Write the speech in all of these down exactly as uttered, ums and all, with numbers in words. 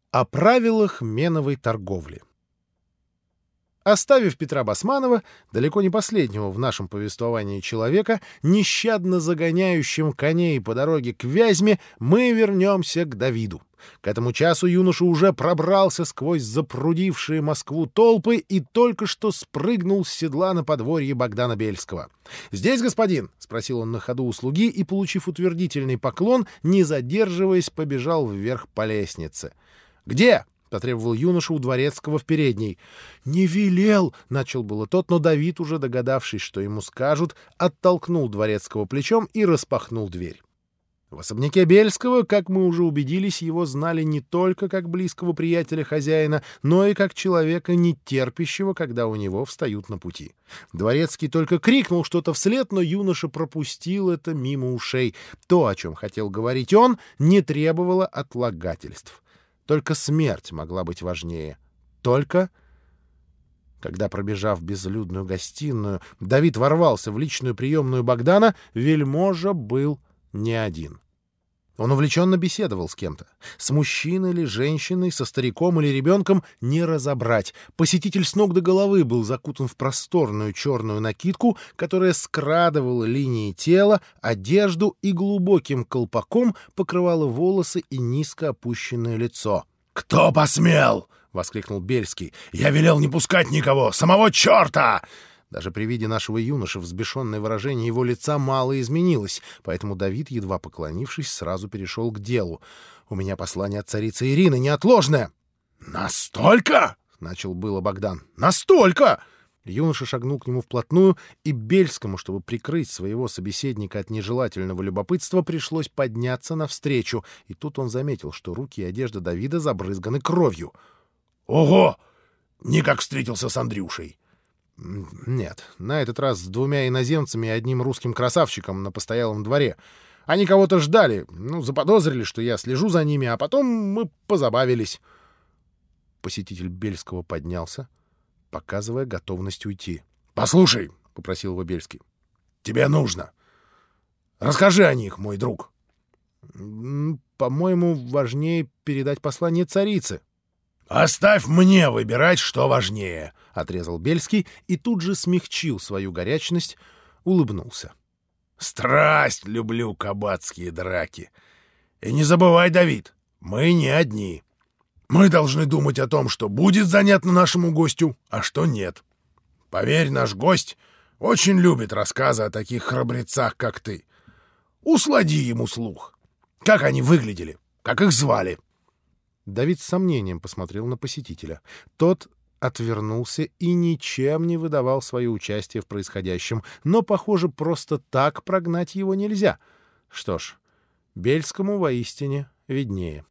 О правилах меновой торговли. Оставив Петра Басманова, далеко не последнего в нашем повествовании человека, нещадно загоняющим коней по дороге к Вязьме, мы вернемся к Давиду. К этому часу юноша уже пробрался сквозь запрудившие Москву толпы и только что спрыгнул с седла на подворье Богдана Бельского. «Здесь, господин?» — спросил он на ходу у слуги и, получив утвердительный поклон, не задерживаясь, побежал вверх по лестнице. «Где?» — потребовал юноша у дворецкого в передней. «Не велел!» — начал было тот, но Давид, уже догадавшись, что ему скажут, оттолкнул дворецкого плечом и распахнул дверь. В особняке Бельского, как мы уже убедились, его знали не только как близкого приятеля хозяина, но и как человека, не терпящего, когда у него встают на пути. Дворецкий только крикнул что-то вслед, но юноша пропустил это мимо ушей. То, о чем хотел говорить он, не требовало отлагательств. Только смерть могла быть важнее. Только... Когда, пробежав безлюдную гостиную, Давид ворвался в личную приемную Богдана, вельможа был не один. Он увлеченно беседовал с кем-то. С мужчиной или женщиной, со стариком или ребенком не разобрать. Посетитель с ног до головы был закутан в просторную черную накидку, которая скрадывала линии тела, одежду и глубоким колпаком покрывала волосы и низко опущенное лицо. «Кто посмел?» — воскликнул Бельский. «Я велел не пускать никого! Самого черта!» Даже при виде нашего юноши взбешенное выражение его лица мало изменилось, поэтому Давид, едва поклонившись, сразу перешел к делу. «У меня послание от царицы Ирины неотложное!» «Настолько?» — начал было Богдан. «Настолько!» Юноша шагнул к нему вплотную, и Бельскому, чтобы прикрыть своего собеседника от нежелательного любопытства, пришлось подняться навстречу, и тут он заметил, что руки и одежда Давида забрызганы кровью. «Ого! Никак встретился с Андрюшей!» «Нет, на этот раз с двумя иноземцами и одним русским красавчиком на постоялом дворе. Они кого-то ждали, ну, заподозрили, что я слежу за ними, а потом мы позабавились». Посетитель Бельского поднялся, показывая готовность уйти. «Послушай», — попросил его Бельский, — «тебе нужно. Расскажи о них, мой друг». «По-моему, важнее передать послание царице». «Оставь мне выбирать, что важнее», — отрезал Бельский и тут же смягчил свою горячность, улыбнулся. «Страсть люблю кабацкие драки. И не забывай, Давид, мы не одни. Мы должны думать о том, что будет занятно нашему гостю, а что нет. Поверь, наш гость очень любит рассказы о таких храбрецах, как ты. Услади ему слух. Как они выглядели, как их звали». Давид с сомнением посмотрел на посетителя. Тот отвернулся и ничем не выдавал свое участие в происходящем, но, похоже, просто так прогнать его нельзя. Что ж, Бельскому воистине виднее.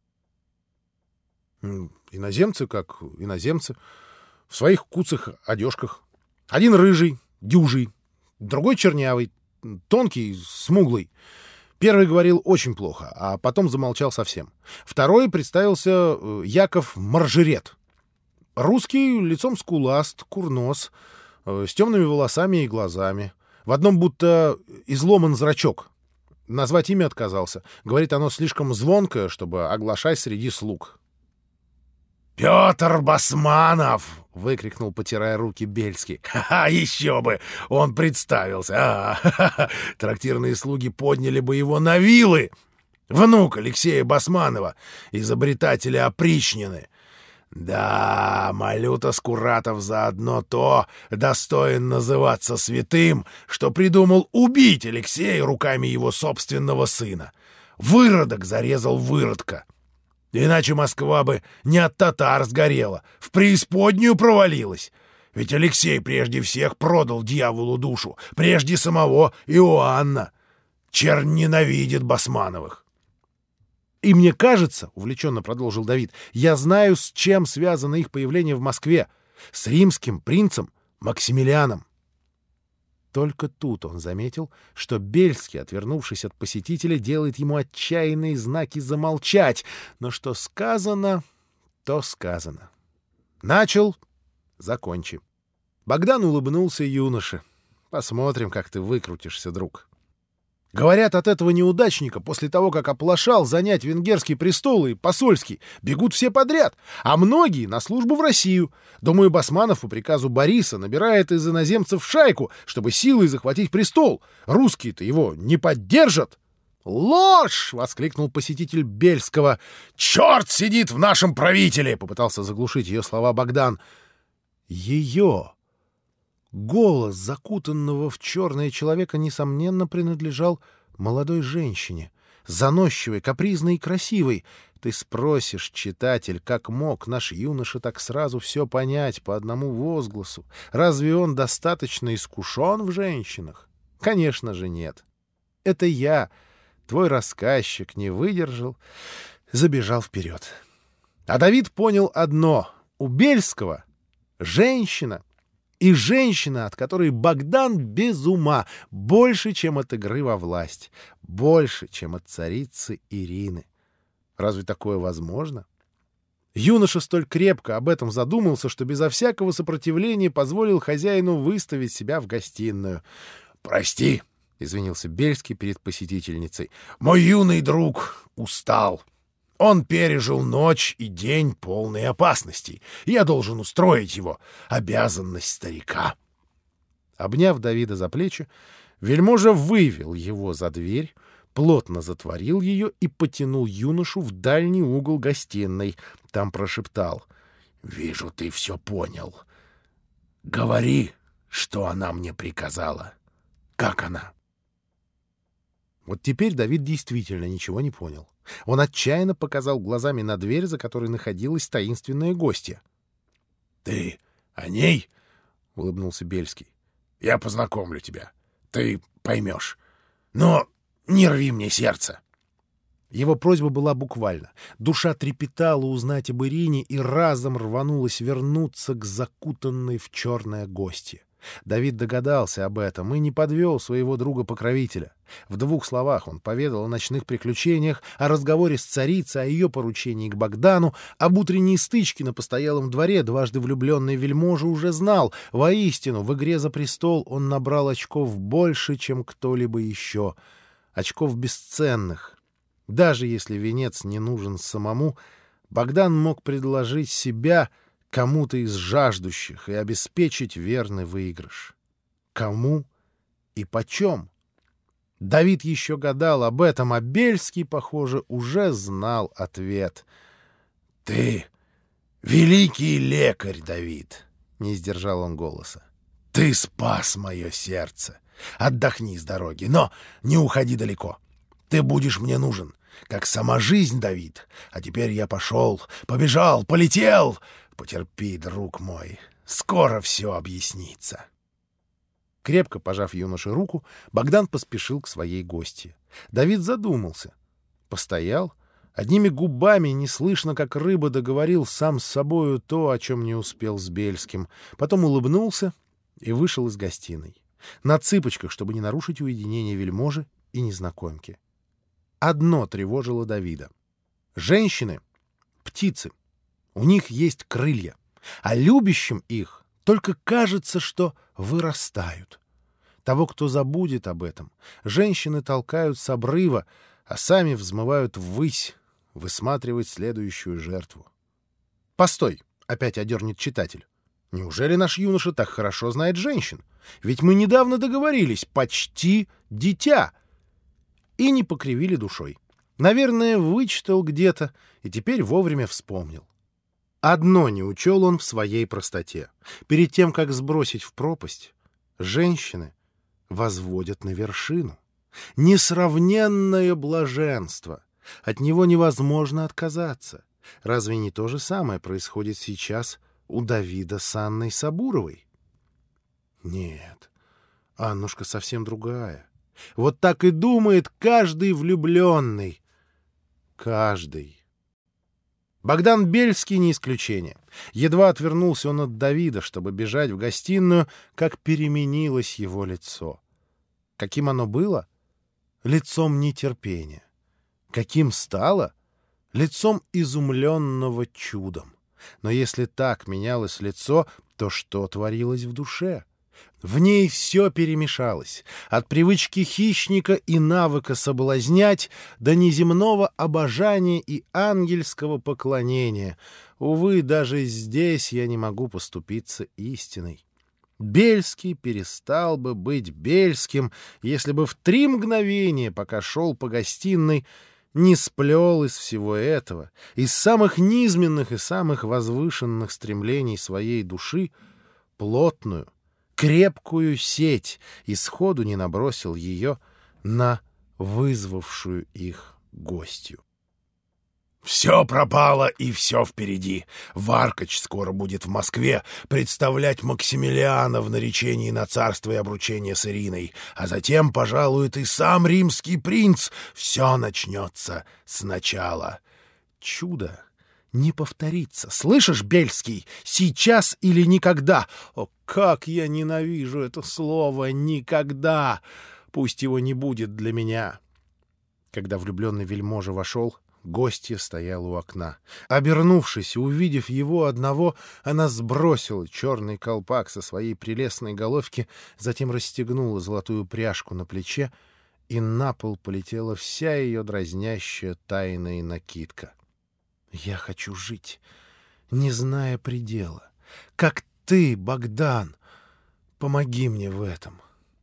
Иноземцы как иноземцы, в своих куцых одежках. Один рыжий, дюжий, другой чернявый, тонкий, смуглый. Первый говорил очень плохо, а потом замолчал совсем. Второй представился Яков Маржерет. Русский, лицом скуласт, курнос, с темными волосами и глазами. В одном будто изломан зрачок. Назвать имя отказался. Говорит, оно слишком звонкое, чтобы оглашать среди слуг. «Петр Басманов!» — выкрикнул, потирая руки, Бельский. «Ха-ха, еще бы! Он представился! А-ха-ха! Трактирные слуги подняли бы его на вилы! Внук Алексея Басманова, изобретателя опричнины! Да, Малюта Скуратов заодно то достоин называться святым, что придумал убить Алексея руками его собственного сына. Выродок зарезал выродка. Иначе Москва бы не от татар сгорела, в преисподнюю провалилась. Ведь Алексей прежде всех продал дьяволу душу, прежде самого Иоанна. Чернь ненавидит Басмановых. «И мне кажется, — увлеченно продолжил Давид, — я знаю, с чем связано их появление в Москве. С римским принцем Максимилианом». Только тут он заметил, что Бельский, отвернувшись от посетителя, делает ему отчаянные знаки замолчать. Но что сказано, то сказано. Начал — закончи. Богдан улыбнулся юноше. «Посмотрим, как ты выкрутишься, друг». Говорят, от этого неудачника, после того, как оплошал занять венгерский престол и посольский, бегут все подряд, а многие на службу в Россию. Думаю, Басманов по приказу Бориса набирает из иноземцев шайку, чтобы силой захватить престол. Русские-то его не поддержат. «Ложь!» — воскликнул посетитель Бельского. «Черт сидит в нашем правителе!» — попытался заглушить ее слова Богдан. Ее голос закутанного в черное человека, несомненно, принадлежал молодой женщине, заносчивой, капризной и красивой. Ты спросишь, читатель, как мог наш юноша так сразу все понять по одному возгласу? Разве он достаточно искушен в женщинах? Конечно же нет. Это я, твой рассказчик, не выдержал, забежал вперед. А Давид понял одно — у Бельского женщина. И женщина, от которой Богдан без ума, больше, чем от игры во власть, больше, чем от царицы Ирины. Разве такое возможно? Юноша столь крепко об этом задумался, что безо всякого сопротивления позволил хозяину выставить себя в гостиную. «Прости», — извинился Бельский перед посетительницей, — «мой юный друг устал. Он пережил ночь и день полной опасностей. Я должен устроить его. Обязанность старика». Обняв Давида за плечи, вельможа вывел его за дверь, плотно затворил ее и потянул юношу в дальний угол гостиной. Там прошептал: «Вижу, ты все понял. Говори, что она мне приказала. Как она?» Вот теперь Давид действительно ничего не понял. Он отчаянно показал глазами на дверь, за которой находилась таинственная гостья. «Ты о ней?» — улыбнулся Бельский. «Я познакомлю тебя. Ты поймешь. Но не рви мне сердце». Его просьба была буквальна. Душа трепетала узнать об Ирине и разом рванулась вернуться к закутанной в черное гостье. Давид догадался об этом и не подвел своего друга-покровителя. В двух словах он поведал о ночных приключениях, о разговоре с царицей, о ее поручении к Богдану, об утренней стычке на постоялом дворе. Дважды влюбленный вельможа уже знал. Воистину, в игре за престол он набрал очков больше, чем кто-либо еще. Очков бесценных. Даже если венец не нужен самому, Богдан мог предложить себя кому-то из жаждущих и обеспечить верный выигрыш. Кому и почем? Давид еще гадал об этом, а Бельский, похоже, уже знал ответ. — Ты великий лекарь, Давид! — не сдержал он голоса. — Ты спас мое сердце. Отдохни с дороги, но не уходи далеко. Ты будешь мне нужен, как сама жизнь, Давид. А теперь я пошел, побежал, полетел. Потерпи, друг мой, скоро все объяснится. Крепко пожав юноше руку, Богдан поспешил к своей гостье. Давид задумался. Постоял, одними губами, неслышно, как рыба, договорил сам с собою то, о чем не успел с Бельским. Потом улыбнулся и вышел из гостиной. На цыпочках, чтобы не нарушить уединение вельможи и незнакомки. Одно тревожило Давида. Женщины — птицы. У них есть крылья, а любящим их только кажется, что вырастают. Того, кто забудет об этом, женщины толкают с обрыва, а сами взмывают ввысь, высматривать следующую жертву. «Постой!» — опять одернет читатель. «Неужели наш юноша так хорошо знает женщин? Ведь мы недавно договорились, почти дитя!» И не покривили душой. Наверное, вычитал где-то и теперь вовремя вспомнил. Одно не учел он в своей простоте. Перед тем, как сбросить в пропасть, женщины возводят на вершину. Несравненное блаженство. От него невозможно отказаться. Разве не то же самое происходит сейчас у Давида с Анной Сабуровой? Нет, Аннушка совсем другая. Вот так и думает каждый влюбленный. Каждый. Богдан Бельский не исключение. Едва отвернулся он от Давида, чтобы бежать в гостиную, как переменилось его лицо. Каким оно было? Лицом нетерпения. Каким стало? Лицом изумленного чудом. Но если так менялось лицо, то что творилось в душе? В ней все перемешалось, от привычки хищника и навыка соблазнять до неземного обожания и ангельского поклонения. Увы, даже здесь я не могу поступиться истиной. Бельский перестал бы быть Бельским, если бы в три мгновения, пока шел по гостиной, не сплел из всего этого, из самых низменных и самых возвышенных стремлений своей души, плотную, крепкую сеть и сходу не набросил ее на вызвавшую их гостью. Все пропало и все впереди. Варкач скоро будет в Москве представлять Максимилиана в наречении на царство и обручение с Ириной, а затем пожалует и сам римский принц. Все начнется сначала. Чудо не повторится. Слышишь, Бельский, сейчас или никогда. О, как я ненавижу это слово «никогда». Пусть его не будет для меня. Когда влюбленный вельможа вошел, гостья стояла у окна. Обернувшись и увидев его одного, она сбросила черный колпак со своей прелестной головки, затем расстегнула золотую пряжку на плече, и на пол полетела вся ее дразнящая тайная накидка. «Я хочу жить, не зная предела. Как ты, Богдан, помоги мне в этом».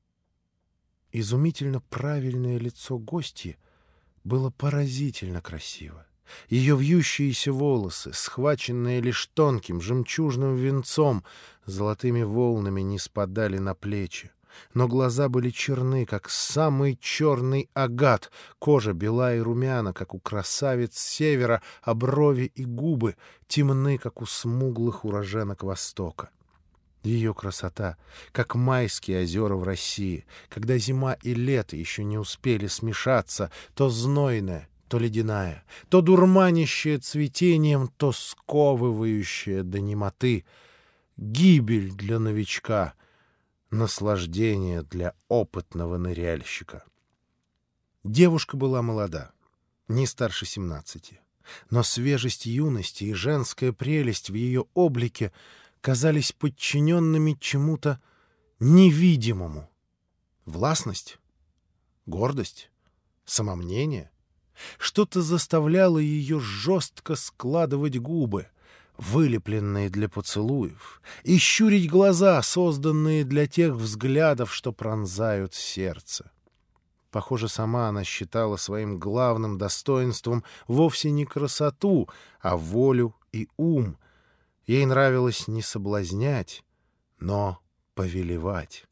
Изумительно правильное лицо гостьи было поразительно красиво. Ее вьющиеся волосы, схваченные лишь тонким жемчужным венцом, золотыми волнами не спадали на плечи. Но глаза были черны, как самый черный агат, кожа бела и румяна, как у красавиц севера, а брови и губы темны, как у смуглых уроженок Востока. Ее красота, как майские озера в России, когда зима и лето еще не успели смешаться, то знойная, то ледяная, то дурманящая цветением, то сковывающая до немоты. Гибель для новичка, наслаждение для опытного ныряльщика. Девушка была молода, не старше семнадцати, но свежесть юности и женская прелесть в ее облике казались подчиненными чему-то невидимому. Властность, гордость, самомнение. Что-то заставляло ее жестко складывать губы, вылепленные для поцелуев, и щурить глаза, созданные для тех взглядов, что пронзают сердце. Похоже, сама она считала своим главным достоинством вовсе не красоту, а волю и ум. Ей нравилось не соблазнять, но повелевать.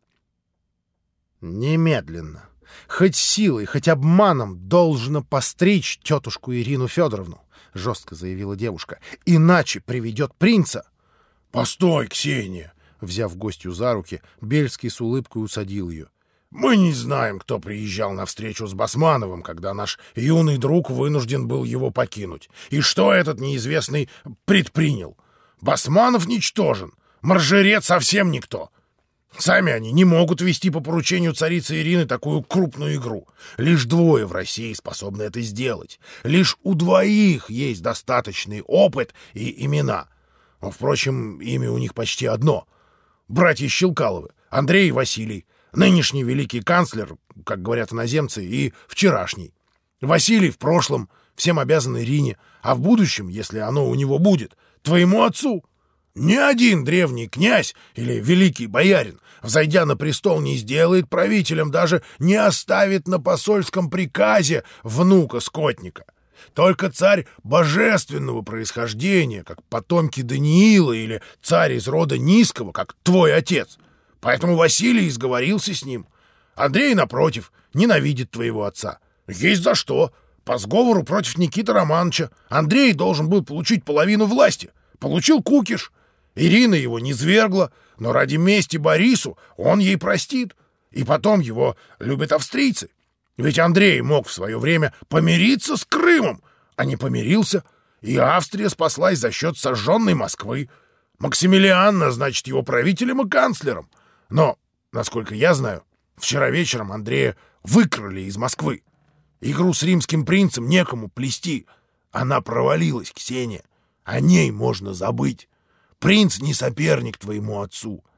Немедленно, хоть силой, хоть обманом, должно постричь тетушку Ирину Федоровну, — жестко заявила девушка, — иначе приведет принца. — Постой, Ксения! — взяв гостью за руки, Бельский с улыбкой усадил ее. — Мы не знаем, кто приезжал на встречу с Басмановым, когда наш юный друг вынужден был его покинуть, и что этот неизвестный предпринял. Басманов ничтожен, Маржерет совсем никто. Сами они не могут вести по поручению царицы Ирины такую крупную игру. Лишь двое в России способны это сделать. Лишь у двоих есть достаточный опыт и имена. Но, впрочем, имя у них почти одно. Братья Щелкаловы, Андрей и Василий. Нынешний великий канцлер, как говорят иноземцы, и вчерашний. Василий в прошлом всем обязан Ирине, а в будущем, если оно у него будет, твоему отцу. Ни один древний князь или великий боярин, взойдя на престол, не сделает правителем, даже не оставит на посольском приказе внука-скотника. Только царь божественного происхождения, как потомки Даниила, или царь из рода низкого, как твой отец. Поэтому Василий изговорился с ним. Андрей, напротив, ненавидит твоего отца. Есть за что. По сговору против Никиты Романовича Андрей должен был получить половину власти. Получил кукиш. Ирина его низвергла, но ради мести Борису он ей простит. И потом его любят австрийцы. Ведь Андрей мог в свое время помириться с Крымом, а не помирился, и Австрия спаслась за счет сожженной Москвы. Максимилиан назначит его правителем и канцлером. Но, насколько я знаю, вчера вечером Андрея выкрали из Москвы. Игру с римским принцем некому плести. Она провалилась, Ксения. О ней можно забыть. Принц не соперник твоему отцу.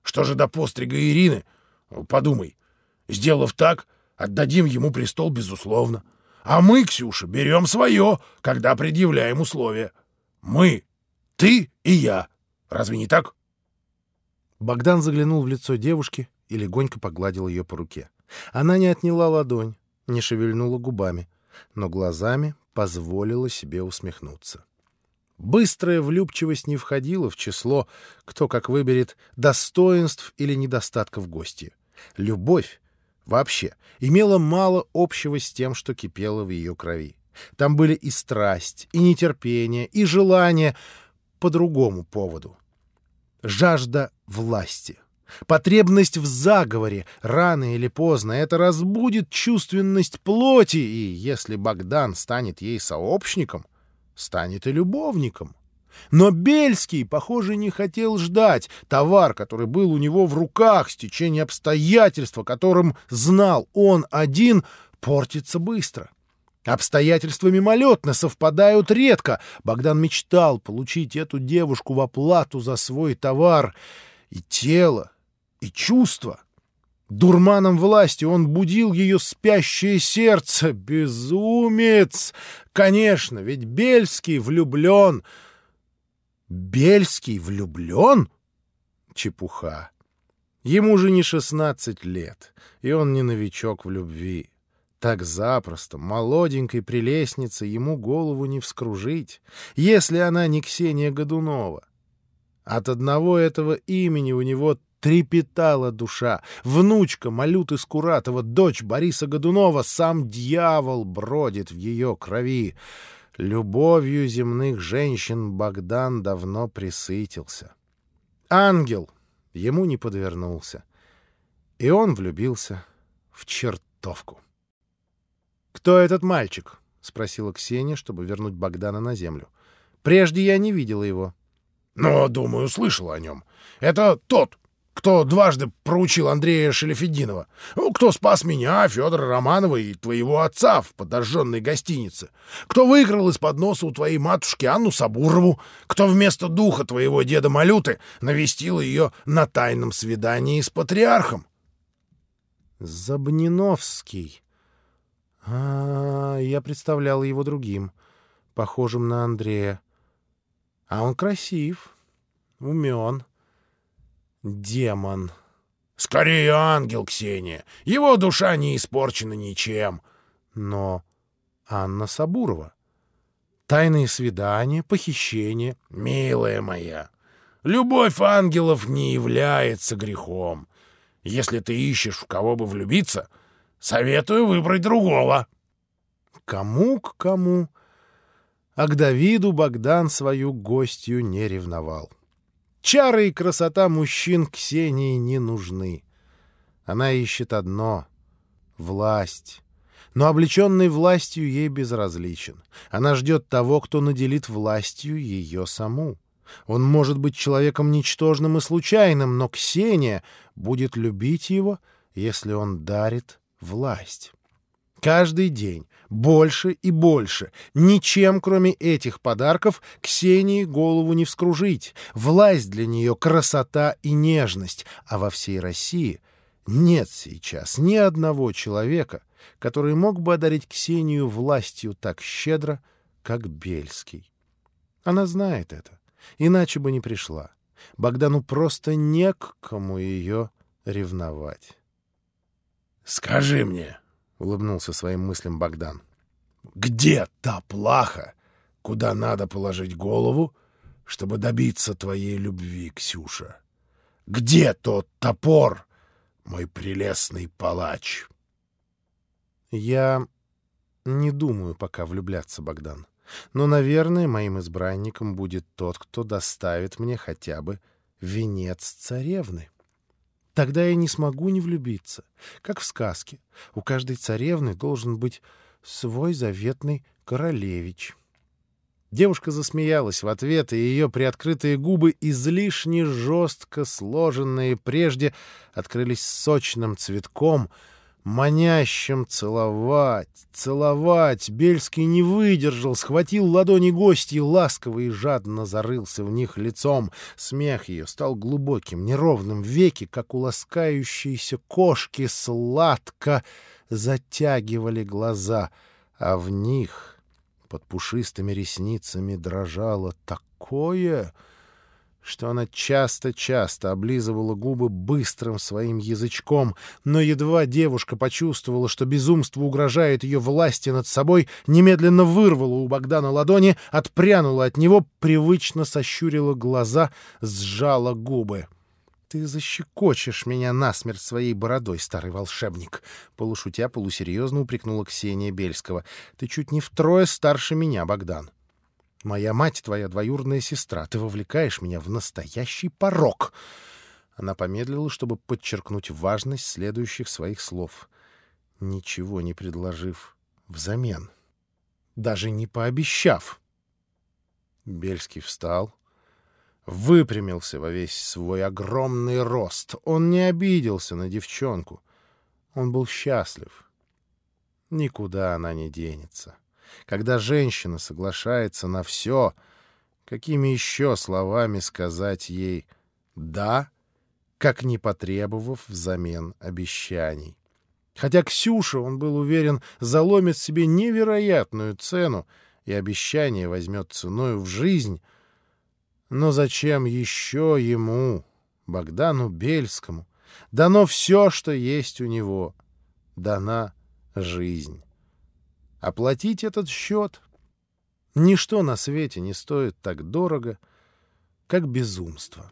Что же до пострига Ирины? Подумай. Сделав так, отдадим ему престол, безусловно. А мы, Ксюша, берем свое, когда предъявляем условия. Мы, ты и я. Разве не так? Богдан заглянул в лицо девушки и легонько погладил ее по руке. Она не отняла ладонь, не шевельнула губами, но глазами позволила себе усмехнуться. Быстрая влюбчивость не входила в число, кто как выберет, достоинств или недостатков гостья. Любовь вообще имела мало общего с тем, что кипело в ее крови. Там были и страсть, и нетерпение, и желание по другому поводу. Жажда власти, потребность в заговоре. Рано или поздно это разбудит чувственность плоти, и если Богдан станет ей сообщником, станет и любовником. Но Бельский, похоже, не хотел ждать. Товар, который был у него в руках, стечение обстоятельств, о котором знал он один, портится быстро. Обстоятельства мимолетно, совпадают редко. Богдан мечтал получить эту девушку в оплату за свой товар. И тело, и чувства. Дурманом власти он будил ее спящее сердце. Безумец! Конечно, ведь Бельский влюблен. Бельский влюблен? Чепуха. Ему же не шестнадцать лет, и он не новичок в любви. Так запросто, молоденькой прелестнице, ему голову не вскружить, если она не Ксения Годунова. От одного этого имени у него трепетала душа. Внучка Малюты Скуратова, дочь Бориса Годунова, сам дьявол бродит в ее крови. Любовью земных женщин Богдан давно пресытился. Ангел ему не подвернулся, и он влюбился в чертовку. «Кто этот мальчик?» — спросила Ксения, чтобы вернуть Богдана на землю. «Прежде я не видела его». «Но, думаю, слышал о нем. Это тот, кто дважды проучил Андрея Шелефеддинова. Ну, кто спас меня, Федора Романова и твоего отца в подожженной гостинице. Кто выкрал из-под носа у твоей матушки Анну Сабурову. Кто вместо духа твоего деда Малюты навестил ее на тайном свидании с патриархом». «Забниновский. А, я представляла его другим, похожим на Андрея. А он красив, умен. Демон». «Скорее ангел, Ксения. Его душа не испорчена ничем». «Но Анна Сабурова. Тайные свидания, похищение». «Милая моя, любовь ангелов не является грехом. Если ты ищешь, в кого бы влюбиться, советую выбрать другого». Кому к кому, а к Давиду Богдан свою гостью не ревновал. Чары и красота мужчин Ксении не нужны. Она ищет одно — власть. Но облеченный властью ей безразличен. Она ждет того, кто наделит властью ее саму. Он может быть человеком ничтожным и случайным, но Ксения будет любить его, если он дарит власть. Каждый день больше и больше. Ничем, кроме этих подарков, Ксении голову не вскружить. Власть для нее — красота и нежность. А во всей России нет сейчас ни одного человека, который мог бы одарить Ксению властью так щедро, как Бельский. Она знает это, иначе бы не пришла. Богдану просто не к кому ее ревновать. «Скажи мне», — улыбнулся своим мыслям Богдан, — «где та плаха, куда надо положить голову, чтобы добиться твоей любви, Ксюша? Где тот топор, мой прелестный палач?» «Я не думаю пока влюбляться, Богдан. Но, наверное, моим избранником будет тот, кто доставит мне хотя бы венец царевны. Тогда я не смогу не влюбиться. Как в сказке. У каждой царевны должен быть свой заветный королевич». Девушка засмеялась в ответ, и ее приоткрытые губы, излишне жестко сложенные прежде, открылись сочным цветком, манящим целовать, целовать. Бельский не выдержал, схватил ладони гостьи ласково и жадно зарылся в них лицом. Смех ее стал глубоким, неровным, веки, как у ласкающейся кошки, сладко затягивали глаза, а в них под пушистыми ресницами дрожало такое, что она часто-часто облизывала губы быстрым своим язычком, но едва девушка почувствовала, что безумство угрожает ее власти над собой, немедленно вырвала у Богдана ладони, отпрянула от него, привычно сощурила глаза, сжала губы. «Ты защекочешь меня насмерть своей бородой, старый волшебник!» Полушутя, полусерьезно упрекнула Ксения Бельского. «Ты чуть не втрое старше меня, Богдан. Моя мать — твоя двоюродная сестра. Ты вовлекаешь меня в настоящий порок!» Она помедлила, чтобы подчеркнуть важность следующих своих слов, ничего не предложив взамен, даже не пообещав. Бельский встал, выпрямился во весь свой огромный рост. Он не обиделся на девчонку. Он был счастлив. Никуда она не денется. Когда женщина соглашается на все, какими еще словами сказать ей «да», как не потребовав взамен обещаний? Хотя Ксюша, он был уверен, заломит себе невероятную цену и обещание возьмет ценою в жизнь. Но зачем еще ему, Богдану Бельскому, дано все, что есть у него, дана жизнь? Оплатить этот счет ничто на свете не стоит так дорого, как безумство.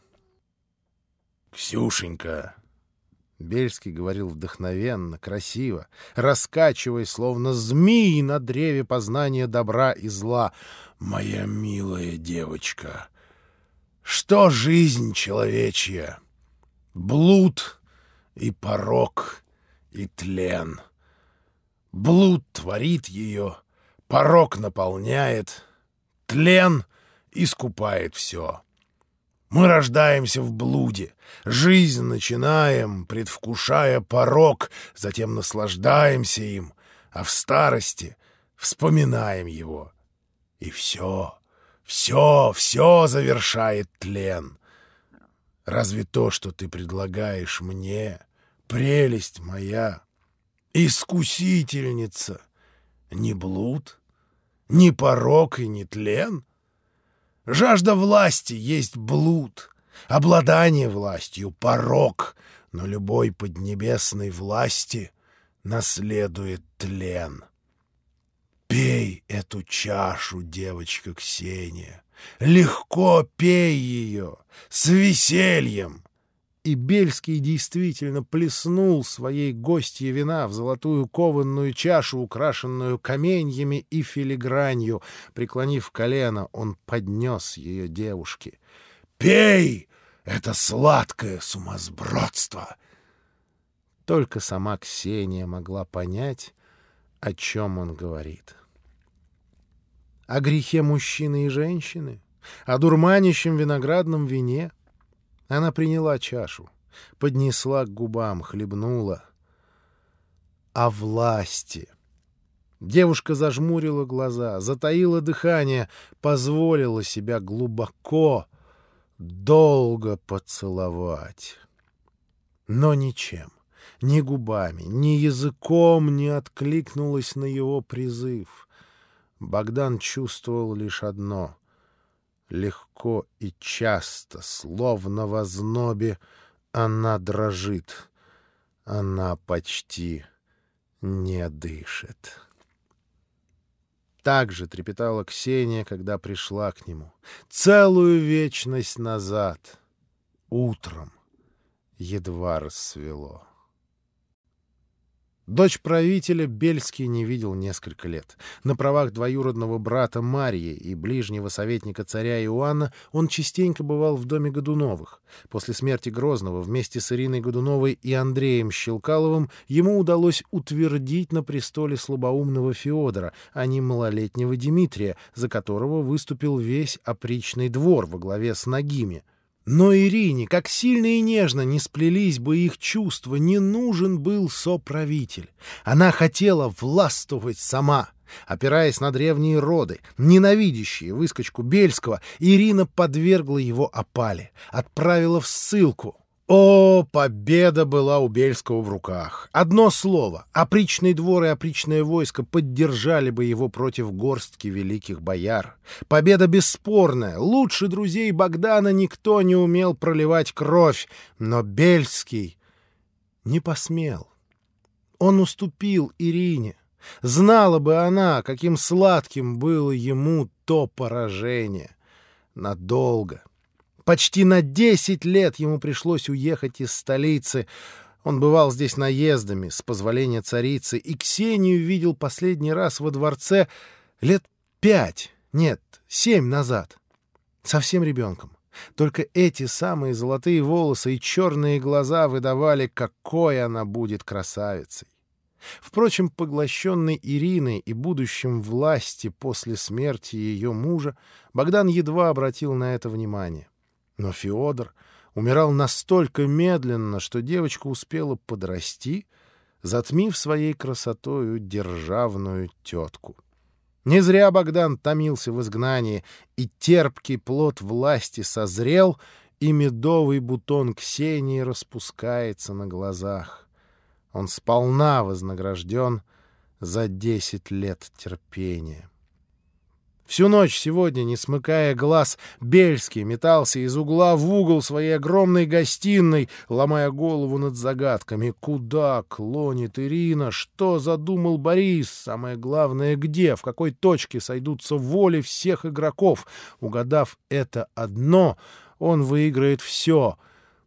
«Ксюшенька!» Бельский говорил вдохновенно, красиво, раскачиваясь, словно змеи на древе познания добра и зла. «Моя милая девочка! Что жизнь человечья? Блуд и порок и тлен. Блуд творит ее, порок наполняет, тлен искупает все. Мы рождаемся в блуде, жизнь начинаем, предвкушая порок, затем наслаждаемся им, а в старости вспоминаем его. И все, все, все завершает тлен. Разве то, что ты предлагаешь мне, прелесть моя, искусительница, не блуд, не порок и не тлен? Жажда власти есть блуд, обладание властью — порок, но любой поднебесной власти наследует тлен. Пей эту чашу, девочка Ксения, легко пей ее, с весельем. И Бельский действительно плеснул своей гостье вина в золотую кованную чашу, украшенную каменьями и филигранью. Преклонив колено, он поднес ее девушке. «Пей! Это сладкое сумасбродство!» Только сама Ксения могла понять, о чем он говорит. О грехе мужчины и женщины, о дурманящем виноградном вине. Она приняла чашу, поднесла к губам, хлебнула. О власти. Девушка зажмурила глаза, затаила дыхание, позволила себя глубоко, долго поцеловать. Но ничем, ни губами, ни языком не откликнулась на его призыв. Богдан чувствовал лишь одно — легко и часто, словно в ознобе, она дрожит. Она почти не дышит. Так же трепетала Ксения, когда пришла к нему. Целую вечность назад, утром, едва рассвело. Дочь правителя Бельский не видел несколько лет. На правах двоюродного брата Марьи и ближнего советника царя Иоанна он частенько бывал в доме Годуновых. После смерти Грозного вместе с Ириной Годуновой и Андреем Щелкаловым ему удалось утвердить на престоле слабоумного Феодора, а не малолетнего Дмитрия, за которого выступил весь опричный двор во главе с Нагими. Но Ирине, как сильно и нежно не сплелись бы их чувства, не нужен был соправитель. Она хотела властвовать сама. Опираясь на древние роды, ненавидящие выскочку Бельского, Ирина подвергла его опале, отправила в ссылку. О, победа была у Бельского в руках. Одно слово — опричный двор и опричное войско поддержали бы его против горстки великих бояр. Победа бесспорная. Лучше друзей Богдана никто не умел проливать кровь. Но Бельский не посмел. Он уступил Ирине. Знала бы она, каким сладким было ему то поражение. Надолго. Почти на десять лет ему пришлось уехать из столицы. Он бывал здесь наездами, с позволения царицы, и Ксению видел последний раз во дворце лет пять, нет, семь назад. Совсем ребенком. Только эти самые золотые волосы и черные глаза выдавали, какой она будет красавицей. Впрочем, поглощенный Ириной и будущим власти после смерти ее мужа, Богдан едва обратил на это внимание. Но Феодор умирал настолько медленно, что девочка успела подрасти, затмив своей красотою державную тетку. Не зря Богдан томился в изгнании, и терпкий плод власти созрел, и медовый бутон Ксении распускается на глазах. Он сполна вознагражден за десять лет терпения. Всю ночь сегодня, не смыкая глаз, Бельский метался из угла в угол своей огромной гостиной, ломая голову над загадками. Куда клонит Ирина? Что задумал Борис? Самое главное, где, в какой точке сойдутся воли всех игроков? Угадав это одно, он выиграет все.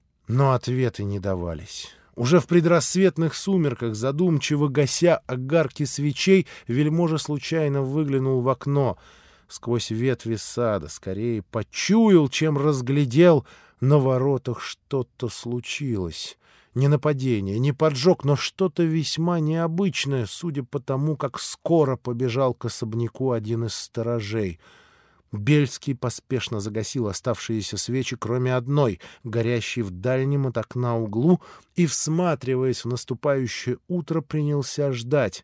Но ответы не давались. Уже в предрассветных сумерках, задумчиво гася огарки свечей, вельможа случайно выглянул в окно. Сквозь ветви сада скорее почуял, чем разглядел. На воротах что-то случилось. Не нападение, не поджог, но что-то весьма необычное, судя по тому, как скоро побежал к особняку один из сторожей. Бельский поспешно загасил оставшиеся свечи, кроме одной, горящей в дальнем от окна углу, и, всматриваясь в наступающее утро, принялся ждать.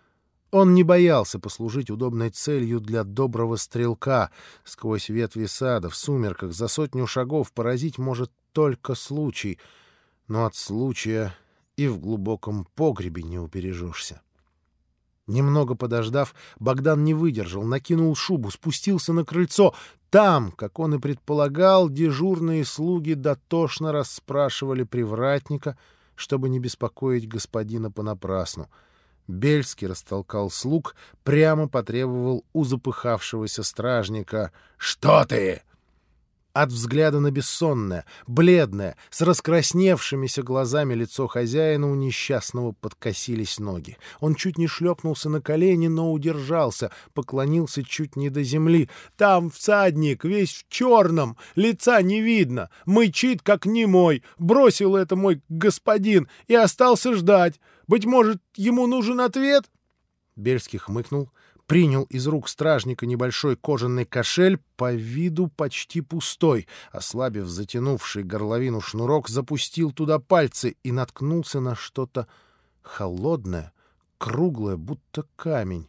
Он не боялся послужить удобной целью для доброго стрелка. Сквозь ветви сада, в сумерках, за сотню шагов поразить может только случай, но от случая и в глубоком погребе не убережешься. Немного подождав, Богдан не выдержал, накинул шубу, спустился на крыльцо. Там, как он и предполагал, дежурные слуги дотошно расспрашивали привратника, чтобы не беспокоить господина понапрасну. Бельский растолкал слуг, прямо потребовал у запыхавшегося стражника: «Что ты?» От взгляда на бессонное, бледное, с раскрасневшимися глазами лицо хозяина у несчастного подкосились ноги. Он чуть не шлепнулся на колени, но удержался, поклонился чуть не до земли. «Там всадник, весь в черном, лица не видно, мычит, как немой. Бросил это мой господин и остался ждать. Быть может, ему нужен ответ?» Бельский хмыкнул, принял из рук стражника небольшой кожаный кошель, по виду почти пустой, ослабив затянувший горловину шнурок, запустил туда пальцы и наткнулся на что-то холодное, круглое, будто камень.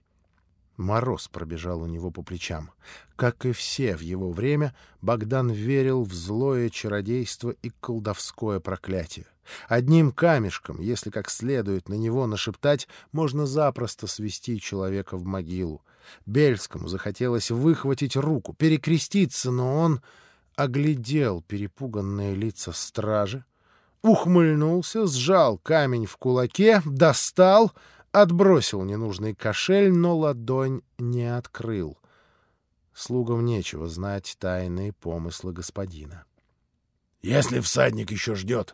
Мороз пробежал у него по плечам. Как и все в его время, Богдан верил в злое чародейство и колдовское проклятие. Одним камешком, если как следует на него нашептать, можно запросто свести человека в могилу. Бельскому захотелось выхватить руку, перекреститься, но он оглядел перепуганные лица стражи, ухмыльнулся, сжал камень в кулаке, достал, отбросил ненужный кошель, но ладонь не открыл. Слугам нечего знать тайные помыслы господина. — Если всадник еще ждет,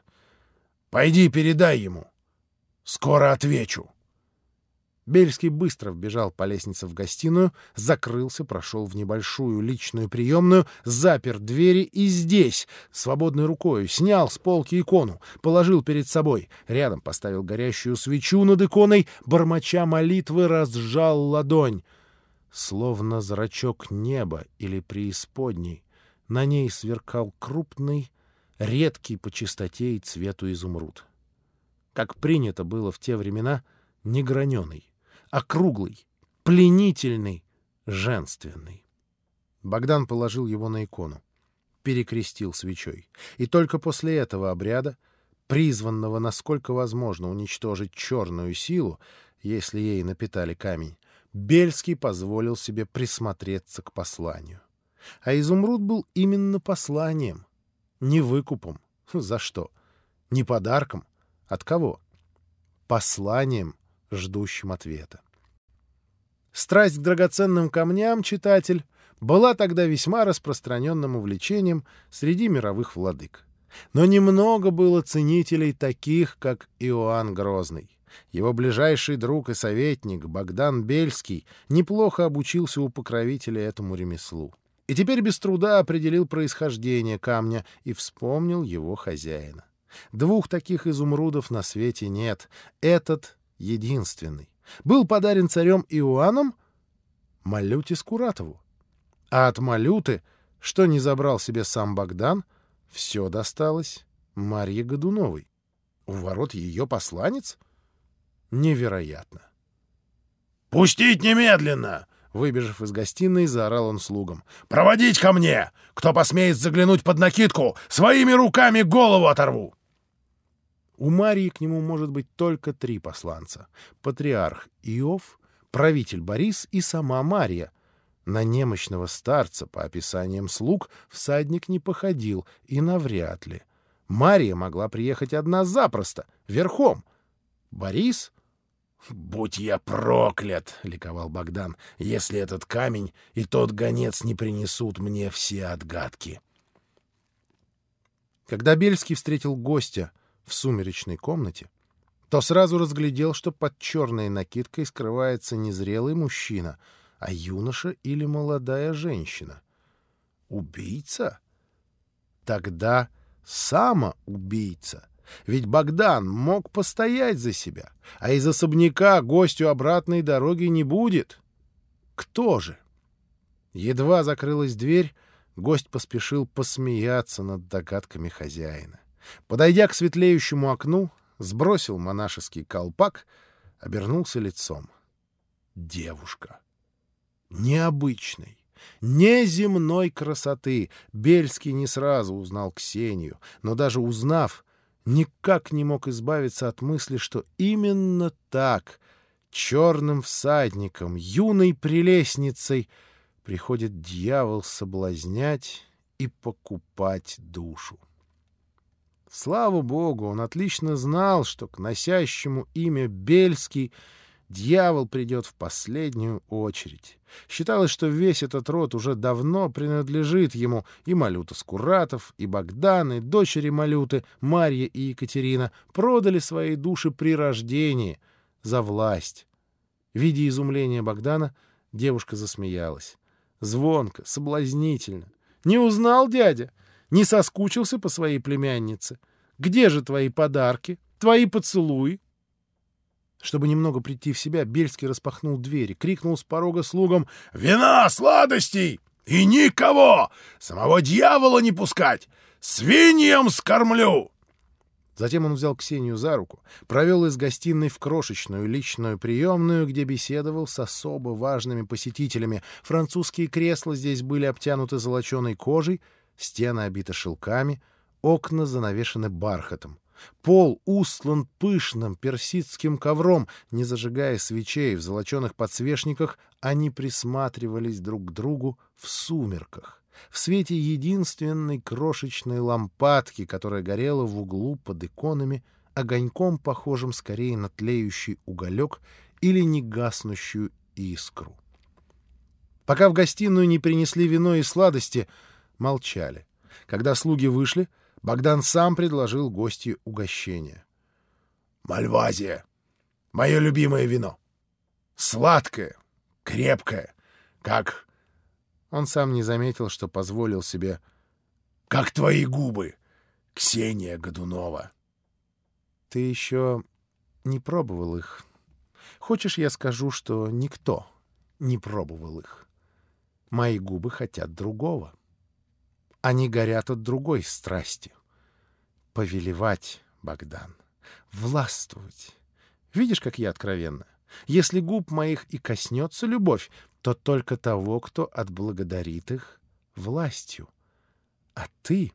пойди передай ему. Скоро отвечу. Бельский быстро вбежал по лестнице в гостиную, закрылся, прошел в небольшую личную приемную, запер двери и здесь, свободной рукой, снял с полки икону, положил перед собой, рядом поставил горящую свечу над иконой, бормоча молитвы, разжал ладонь. Словно зрачок неба или преисподней, на ней сверкал крупный редкий по чистоте и цвету изумруд. Как принято было в те времена, не граненый, а круглый, пленительный, женственный. Богдан положил его на икону, перекрестил свечой, и только после этого обряда, призванного, насколько возможно, уничтожить черную силу, если ей напитали камень, Бельский позволил себе присмотреться к посланию. А изумруд был именно посланием, не выкупом. За что? Не подарком. От кого? Посланием, ждущим ответа. Страсть к драгоценным камням, читатель, была тогда весьма распространенным увлечением среди мировых владык. Но немного было ценителей таких, как Иоанн Грозный. Его ближайший друг и советник Богдан Бельский неплохо обучился у покровителя этому ремеслу. И теперь без труда определил происхождение камня и вспомнил его хозяина. Двух таких изумрудов на свете нет. Этот единственный. Был подарен царем Иоанном Малюте Скуратову. А от Малюты, что не забрал себе сам Богдан, все досталось Марье Годуновой. У ворот ее посланец? Невероятно. «Пустить немедленно!» Выбежав из гостиной, заорал он слугам. «Проводить ко мне! Кто посмеет заглянуть под накидку, своими руками голову оторву!» У Марьи к нему может быть только три посланца. Патриарх Иов, правитель Борис и сама Марья. На немощного старца, по описаниям слуг, всадник не походил, и навряд ли. Марья могла приехать одна запросто, верхом. Борис... «Будь я проклят!» — ликовал Богдан, — «если этот камень и тот гонец не принесут мне все отгадки». Когда Бельский встретил гостя в сумеречной комнате, то сразу разглядел, что под черной накидкой скрывается не зрелый мужчина, а юноша или молодая женщина. Убийца? Тогда самоубийца. Ведь Богдан мог постоять за себя, а из особняка гостю обратной дороги не будет. Кто же? Едва закрылась дверь, гость поспешил посмеяться над догадками хозяина. Подойдя к светлеющему окну, сбросил монашеский колпак, обернулся лицом. Девушка. Необычной, неземной красоты. Бельский не сразу узнал Ксению, но даже узнав, никак не мог избавиться от мысли, что именно так, черным всадником, юной прелестницей, приходит дьявол соблазнять и покупать душу. Слава богу, он отлично знал, что к носящему имя Бельский дьявол придет в последнюю очередь. Считалось, что весь этот род уже давно принадлежит ему, и Малюта Скуратов, и Богдан, и дочери Малюты, Марья и Екатерина, продали свои души при рождении за власть. Видя изумление Богдана, девушка засмеялась. Звонко, соблазнительно. «Не узнал, дядя? Не соскучился по своей племяннице? Где же твои подарки, твои поцелуи?» Чтобы немного прийти в себя, Бельский распахнул двери, крикнул с порога слугам: «Вина, сладостей! И никого! Самого дьявола не пускать! Свиньям скормлю!» Затем он взял Ксению за руку, провел из гостиной в крошечную личную приемную, где беседовал с особо важными посетителями. Французские кресла здесь были обтянуты золоченой кожей, стены обиты шелками, окна занавешены бархатом. Пол устлан пышным персидским ковром. Не зажигая свечей в золоченых подсвечниках, они присматривались друг к другу в сумерках, в свете единственной крошечной лампадки, которая горела в углу под иконами, огоньком, похожим скорее на тлеющий уголек или негаснущую искру. Пока в гостиную не принесли вино и сладости, молчали. Когда слуги вышли, Богдан сам предложил гостье угощение. «Мальвазия! Мое любимое вино! Сладкое, крепкое, как...» Он сам не заметил, что позволил себе... «Как твои губы, Ксения Годунова!» «Ты еще не пробовал их. Хочешь, я скажу, что никто не пробовал их? Мои губы хотят другого. Они горят от другой страсти. Повелевать, Богдан, властвовать. Видишь, как я откровенна? Если губ моих и коснется любовь, то только того, кто отблагодарит их властью. А ты...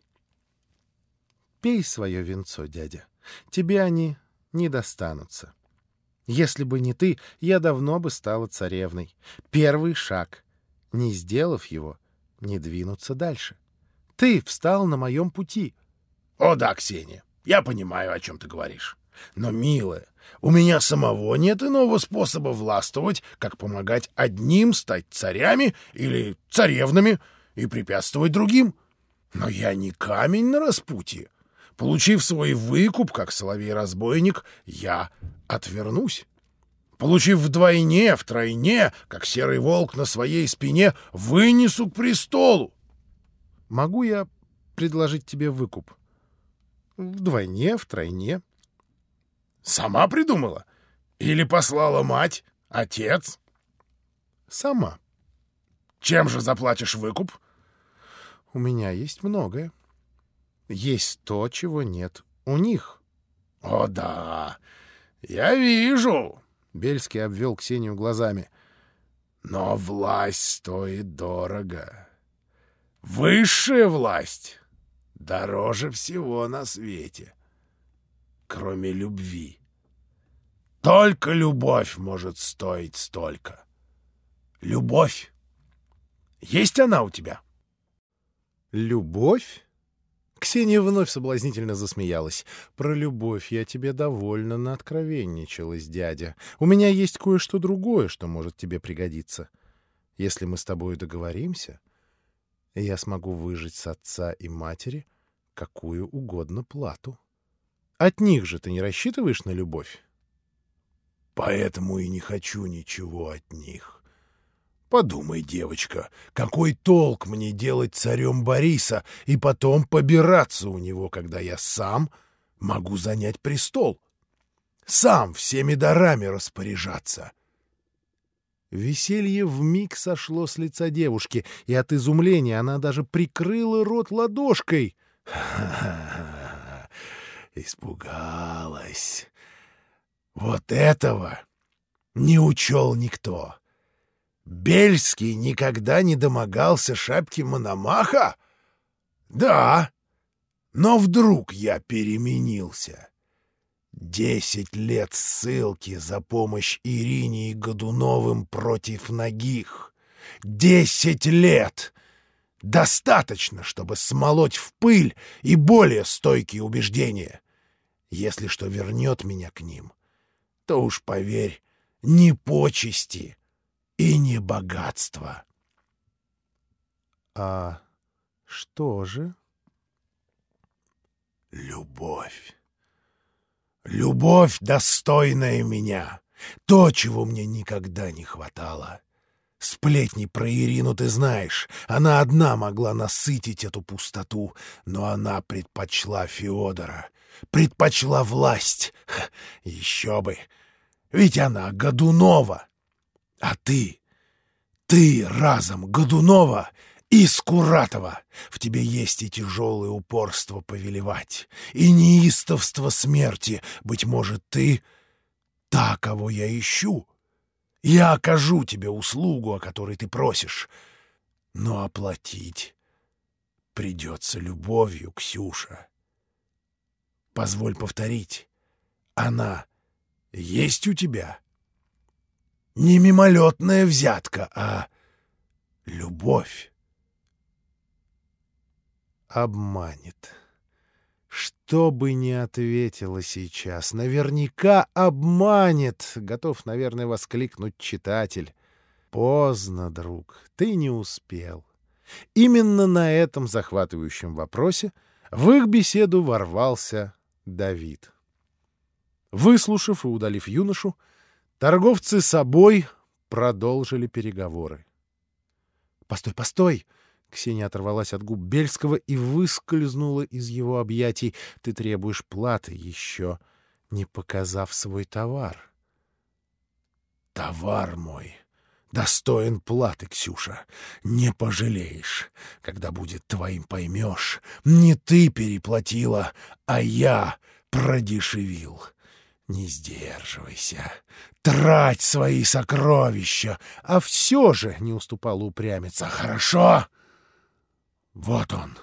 Пей свое венцо, дядя. Тебе они не достанутся. Если бы не ты, я давно бы стала царевной. Первый шаг. Не сделав его, не двинуться дальше. Ты встал на моем пути. — О да, Ксения, я понимаю, о чем ты говоришь. Но, милая, у меня самого нет иного способа властвовать, как помогать одним стать царями или царевнами и препятствовать другим. Но я не камень на распутье. Получив свой выкуп, как соловей-разбойник, я отвернусь. Получив вдвойне, втройне, как серый волк на своей спине, вынесу к престолу. Могу я предложить тебе выкуп? Вдвойне, втройне. Сама придумала? Или послала мать, отец? Сама. Чем же заплатишь выкуп? У меня есть многое. Есть то, чего нет у них. — О да, я вижу, — Бельский обвел Ксению глазами. — Но власть стоит дорого. Высшая власть дороже всего на свете, кроме любви. Только любовь может стоить столько. Любовь. Есть она у тебя? Любовь? Ксения вновь соблазнительно засмеялась. «Про любовь я тебе довольно наоткровенничалась, дядя. У меня есть кое-что другое, что может тебе пригодиться. Если мы с тобой договоримся, я смогу выжать с отца и матери какую угодно плату. От них же ты не рассчитываешь на любовь?» «Поэтому и не хочу ничего от них. Подумай, девочка, какой толк мне делать царем Бориса и потом побираться у него, когда я сам могу занять престол, сам всеми дарами распоряжаться?» Веселье вмиг сошло с лица девушки, и от изумления она даже прикрыла рот ладошкой. «Ха-ха-ха! Испугалась! Вот этого не учел никто! Бельский никогда не домогался шапки Мономаха? Да, но вдруг я переменился. Десять лет ссылки за помощь Ирине и Годуновым против Нагих. Десять лет! Достаточно, чтобы смолоть в пыль и более стойкие убеждения. Если что вернет меня к ним, то уж, поверь, не почести и не богатство. — А что же? — Любовь. Любовь, достойная меня. То, чего мне никогда не хватало. Сплетни про Ирину ты знаешь. Она одна могла насытить эту пустоту, но она предпочла Феодора. Предпочла власть. Ха, еще бы. Ведь она Годунова. А ты, ты разом Годунова и Скуратова. В тебе есть и тяжелое упорство повелевать, и неистовство смерти. Быть может, ты та, кого я ищу. Я окажу тебе услугу, о которой ты просишь. Но оплатить придется любовью, Ксюша. Позволь повторить. Она есть у тебя? Не мимолетная взятка, а любовь. Обманет. Что бы ни ответила сейчас, наверняка обманет, готов, наверное, воскликнуть читатель. Поздно, друг, ты не успел. Именно на этом захватывающем вопросе в их беседу ворвался Давид. Выслушав и удалив юношу, торговцы собой продолжили переговоры. — Постой, постой! Ксения оторвалась от губ Бельского и выскользнула из его объятий. — Ты требуешь платы, еще не показав свой товар. — Товар мой достоин платы, Ксюша. Не пожалеешь. Когда будет твоим, поймешь. Не ты переплатила, а я продешевил. Не сдерживайся. Трать свои сокровища. А все же не уступала упрямиться. Хорошо? Вот он.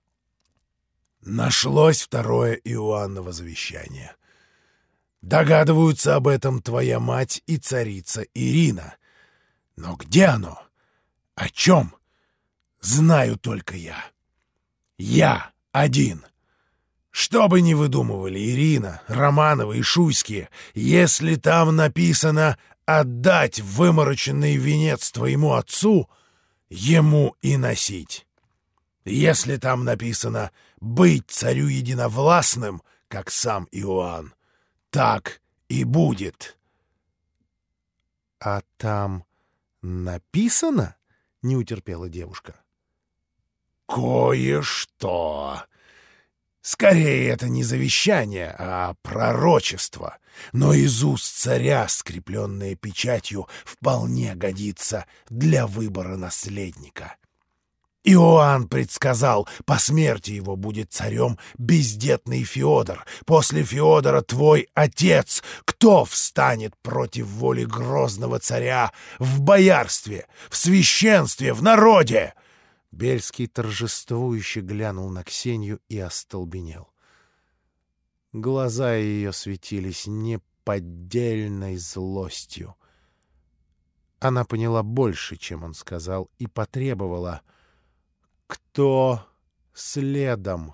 Нашлось второе Иоанново завещание. Догадываются об этом твоя мать и царица Ирина. Но где оно? О чем? Знаю только я. Я один. Что бы ни выдумывали Ирина, Романова и Шуйские, если там написано «отдать вымороченный венец твоему отцу», ему и носить. Если там написано «быть царю единовластным», как сам Иоанн, так и будет. — А там написано? — не утерпела девушка. — Кое-что. Скорее, это не завещание, а пророчество. Но из уст царя, скрепленное печатью, вполне годится для выбора наследника. Иоанн предсказал, по смерти его будет царем бездетный Феодор. После Феодора твой отец. Кто встанет против воли грозного царя в боярстве, в священстве, в народе? Бельский торжествующе глянул на Ксению и остолбенел. Глаза ее светились неподдельной злостью. Она поняла больше, чем он сказал, и потребовала: «Кто следом?»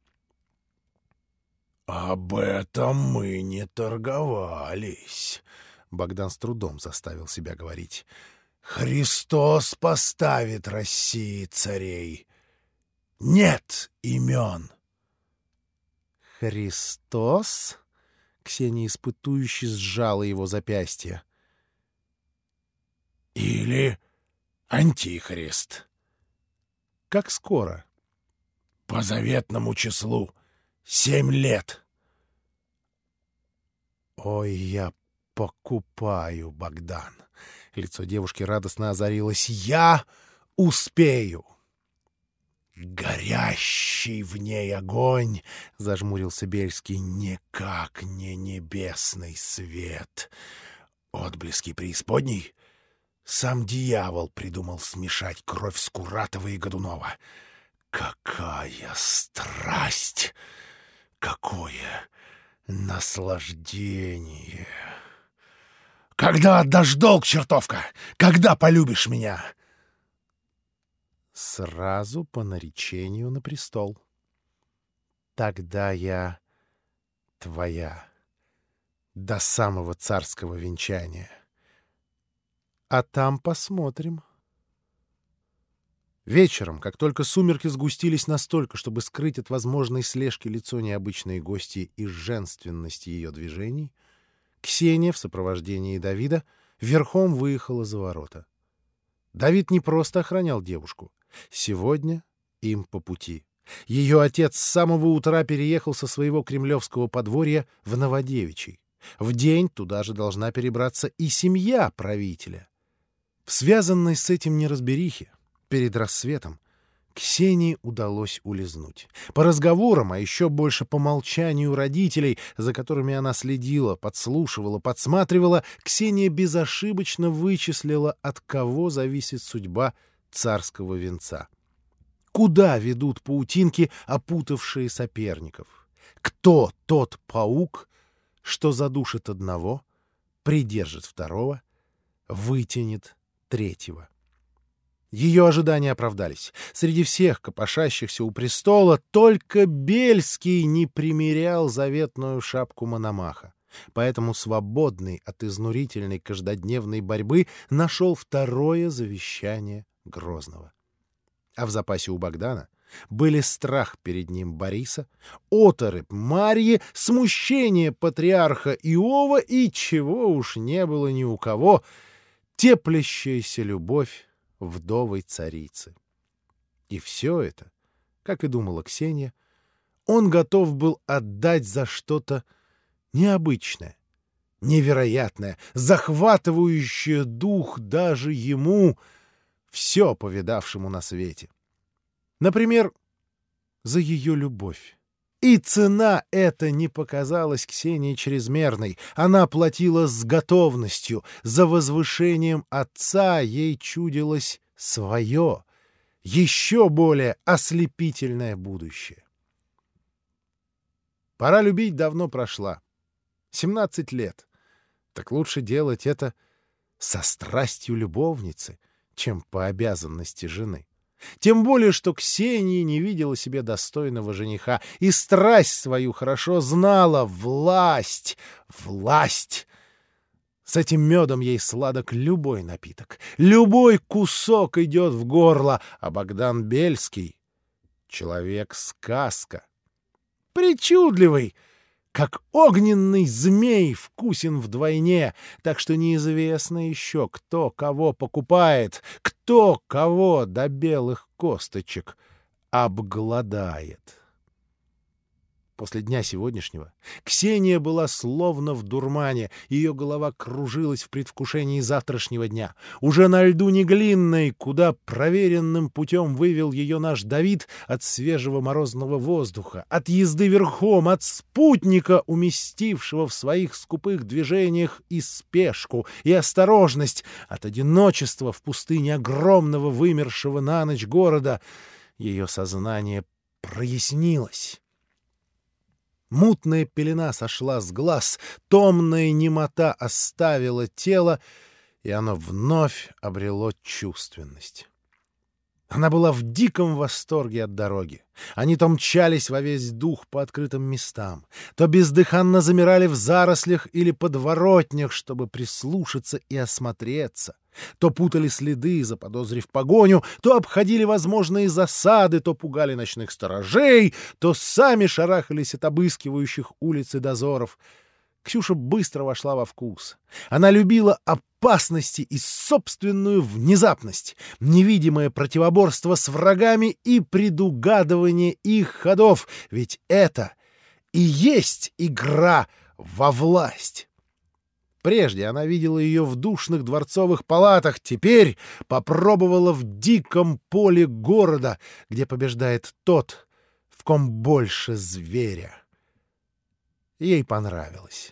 «Об этом мы не торговались», — Богдан с трудом заставил себя говорить. «Христос поставит России царей. Нет имен». «Христос?» — Ксения испытующе сжала его запястье. «Или Антихрист». «Как скоро?» «По заветному числу. Семь лет». «Ой, я покупаю, Богдан!» Лицо девушки радостно озарилось. «Я успею!» «Горящий в ней огонь!» — зажмурился Бельский. «Никак не небесный свет. Отблески преисподней? Сам дьявол придумал смешать кровь Скуратова и Годунова. Какая страсть! Какое наслаждение! Когда отдашь долг, чертовка? Когда полюбишь меня?» «Сразу по наречению на престол. Тогда я твоя до самого царского венчания. А там посмотрим». Вечером, как только сумерки сгустились настолько, чтобы скрыть от возможной слежки лицо необычной гости и женственность ее движений, Ксения в сопровождении Давида верхом выехала за ворота. Давид не просто охранял девушку. Сегодня им по пути. Ее отец с самого утра переехал со своего кремлевского подворья в Новодевичий. В день туда же должна перебраться и семья правителя. В связанной с этим неразберихе перед рассветом Ксении удалось улизнуть. По разговорам, а еще больше по молчанию родителей, за которыми она следила, подслушивала, подсматривала, Ксения безошибочно вычислила, от кого зависит судьба царского венца. Куда ведут паутинки, опутавшие соперников? Кто тот паук, что задушит одного, придержит второго, вытянет третьего? Ее ожидания оправдались. Среди всех копошащихся у престола только Бельский не примерял заветную шапку Мономаха. Поэтому свободный от изнурительной каждодневной борьбы нашел второе завещание Грозного. А в запасе у Богдана были страх перед ним Бориса, оторопь Марьи, смущение патриарха Иова и, чего уж не было ни у кого, теплящаяся любовь вдовой царицы. И все это, как и думала Ксения, он готов был отдать за что-то необычное, Невероятное, захватывающее дух даже ему, все повидавшему на свете. Например, за ее любовь. И цена эта не показалась Ксении чрезмерной. Она платила с готовностью. За возвышением отца ей чудилось свое, еще более ослепительное будущее. Пора любить давно прошла. Семнадцать лет. Так лучше делать это со страстью любовницы, чем по обязанности жены. Тем более, что Ксения не видела себе достойного жениха и страсть свою хорошо знала. Власть! Власть! С этим медом ей сладок любой напиток. Любой кусок идет в горло, а Богдан Бельский — человек-сказка. Причудливый! Как огненный змей вкусен вдвойне, так что неизвестно еще, кто кого покупает, кто кого до белых косточек обгладает. После дня сегодняшнего Ксения была словно в дурмане, ее голова кружилась в предвкушении завтрашнего дня. Уже на льду Неглинной, куда проверенным путем вывел ее наш Давид, от свежего морозного воздуха, от езды верхом, от спутника, уместившего в своих скупых движениях и спешку, и осторожность, от одиночества в пустыне огромного вымершего на ночь города, ее сознание прояснилось. Мутная пелена сошла с глаз, томная немота оставила тело, и оно вновь обрело чувственность. Она была в диком восторге от дороги. Они то мчались во весь дух по открытым местам, то бездыханно замирали в зарослях или подворотнях, чтобы прислушаться и осмотреться, то путали следы, заподозрив погоню, то обходили возможные засады, то пугали ночных сторожей, то сами шарахались от обыскивающих улицы дозоров. Ксюша быстро вошла во вкус. Она любила опасности и собственную внезапность, невидимое противоборство с врагами и предугадывание их ходов, ведь это и есть игра во власть. Прежде она видела ее в душных дворцовых палатах, теперь попробовала в диком поле города, где побеждает тот, в ком больше зверя. Ей понравилось.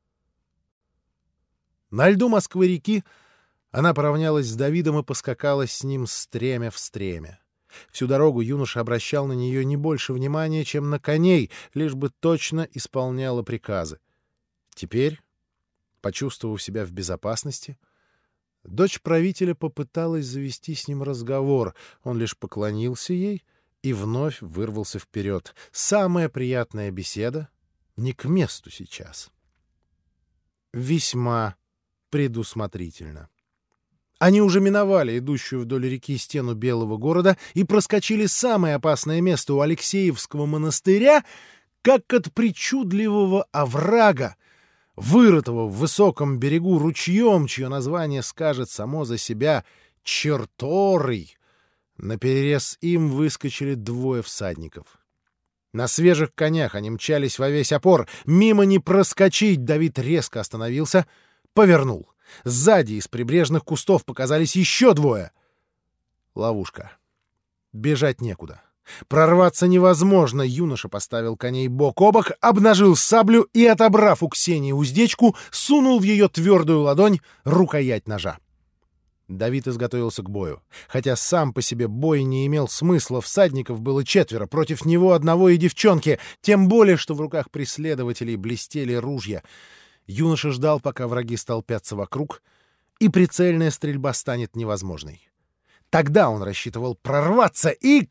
На льду Москвы-реки она поравнялась с Давидом и поскакала с ним стремя в стремя. Всю дорогу юноша обращал на нее не больше внимания, чем на коней, лишь бы точно исполняла приказы. Теперь, почувствовав себя в безопасности, дочь правителя попыталась завести с ним разговор. Он лишь поклонился ей и вновь вырвался вперед. Самая приятная беседа не к месту сейчас. Весьма предусмотрительно. Они уже миновали идущую вдоль реки стену Белого города и проскочили самое опасное место у Алексеевского монастыря, как от причудливого оврага, вырытого в высоком берегу ручьем, чье название скажет само за себя «Черторый». Наперерез им выскочили двое всадников. На свежих конях они мчались во весь опор. Мимо не проскочить. Давид резко остановился, повернул. Сзади из прибрежных кустов показались еще двое. Ловушка. Бежать некуда. Прорваться невозможно. Юноша поставил коней бок о бок, обнажил саблю и, отобрав у Ксении уздечку, сунул в ее твердую ладонь рукоять ножа. Давид изготовился к бою. Хотя сам по себе бой не имел смысла, всадников было четверо, против него одного и девчонки, тем более, что в руках преследователей блестели ружья. Юноша ждал, пока враги столпятся вокруг, и прицельная стрельба станет невозможной. Тогда он рассчитывал прорваться и...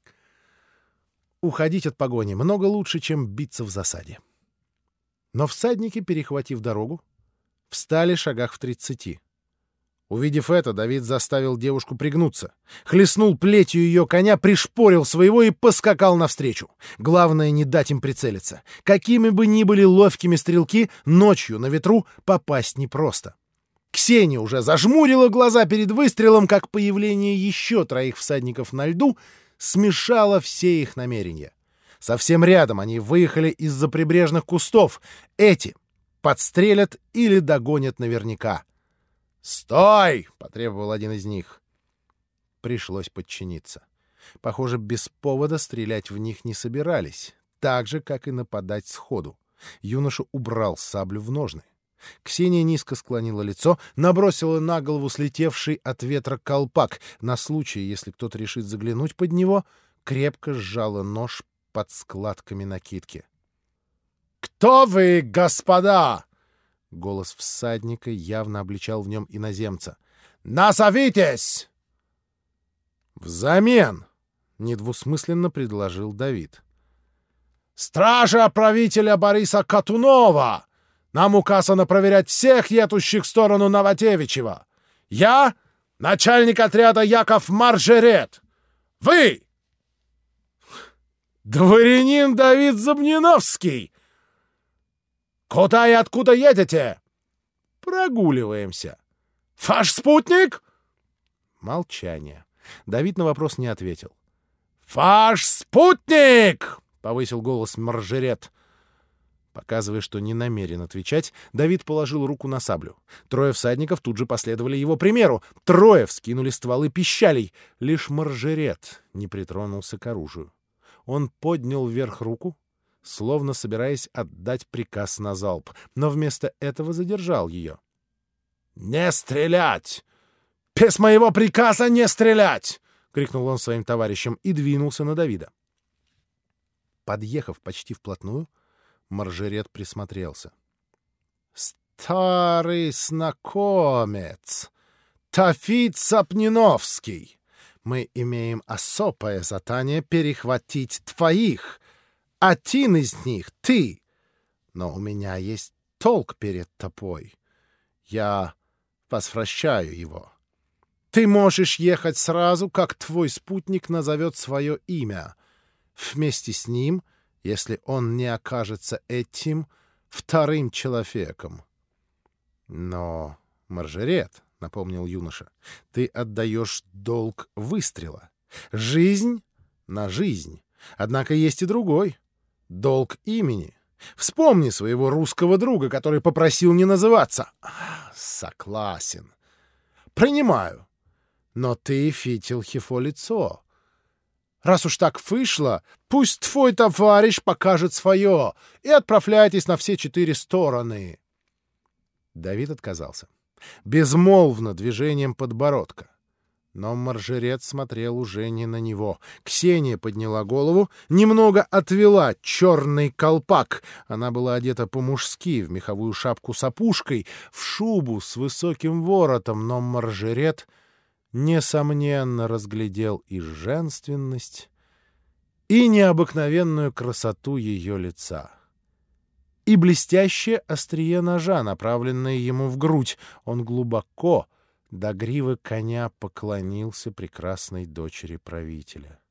уходить от погони много лучше, чем биться в засаде. Но всадники, перехватив дорогу, встали в шагах в тридцати. Увидев это, Давид заставил девушку пригнуться, хлестнул плетью ее коня, пришпорил своего и поскакал навстречу. Главное — не дать им прицелиться. Какими бы ни были ловкими стрелки, ночью на ветру попасть непросто. Ксения уже зажмурила глаза перед выстрелом, как появление еще троих всадников на льду смешало все их намерения. Совсем рядом они выехали из-за прибрежных кустов. Эти подстрелят или догонят наверняка. «Стой!» — потребовал один из них. Пришлось подчиниться. Похоже, без повода стрелять в них не собирались, так же, как и нападать сходу. Юноша убрал саблю в ножны. Ксения низко склонила лицо, набросила на голову слетевший от ветра колпак. На случай, если кто-то решит заглянуть под него, крепко сжала нож под складками накидки. «Кто вы, господа?» Голос всадника явно обличал в нем иноземца. «Назовитесь!» «Взамен!» — недвусмысленно предложил Давид. «Стража правителя Бориса Катунова! Нам указано проверять всех едущих в сторону Новодевичьего. Я — начальник отряда Яков Маржерет. Вы!» «Дворянин Давид Забниновский!» «Куда и откуда едете?» «Прогуливаемся». «Ваш спутник?» Молчание. Давид на вопрос не ответил. «Ваш спутник!» — повысил голос Маржерет. Показывая, что не намерен отвечать, Давид положил руку на саблю. Трое всадников тут же последовали его примеру. Трое вскинули стволы пищалей. Лишь Маржерет не притронулся к оружию. Он поднял вверх руку, словно собираясь отдать приказ на залп, но вместо этого задержал ее. «Не стрелять! Без моего приказа не стрелять!» — крикнул он своим товарищам и двинулся на Давида. Подъехав почти вплотную, Маржерет присмотрелся. «Старый знакомец! Тафит Сапниновский! Мы имеем особое задание перехватить твоих. Один из них — ты. Но у меня есть толк перед тобой. Я возвращаю его. Ты можешь ехать сразу, как твой спутник назовет свое имя. Вместе с ним, если он не окажется этим вторым человеком». «Но, Маржерет, — напомнил юноша, — ты отдаешь долг выстрела. Жизнь на жизнь. Однако есть и другой. Долг имени. Вспомни своего русского друга, который попросил не называться». «Согласен. Принимаю. Но ты фитил хифо лицо. Раз уж так вышло, пусть твой товарищ покажет свое, и отправляйтесь на все четыре стороны». Давид отказался. Безмолвно, движением подбородка. Но Маржерет смотрел уже не на него. Ксения подняла голову, немного отвела черный колпак. Она была одета по-мужски, в меховую шапку с опушкой, в шубу с высоким воротом, но Маржерет, несомненно, разглядел и женственность, и необыкновенную красоту ее лица. И блестящее острие ножа, направленное ему в грудь. Он глубоко, до гривы коня, поклонился прекрасной дочери правителя.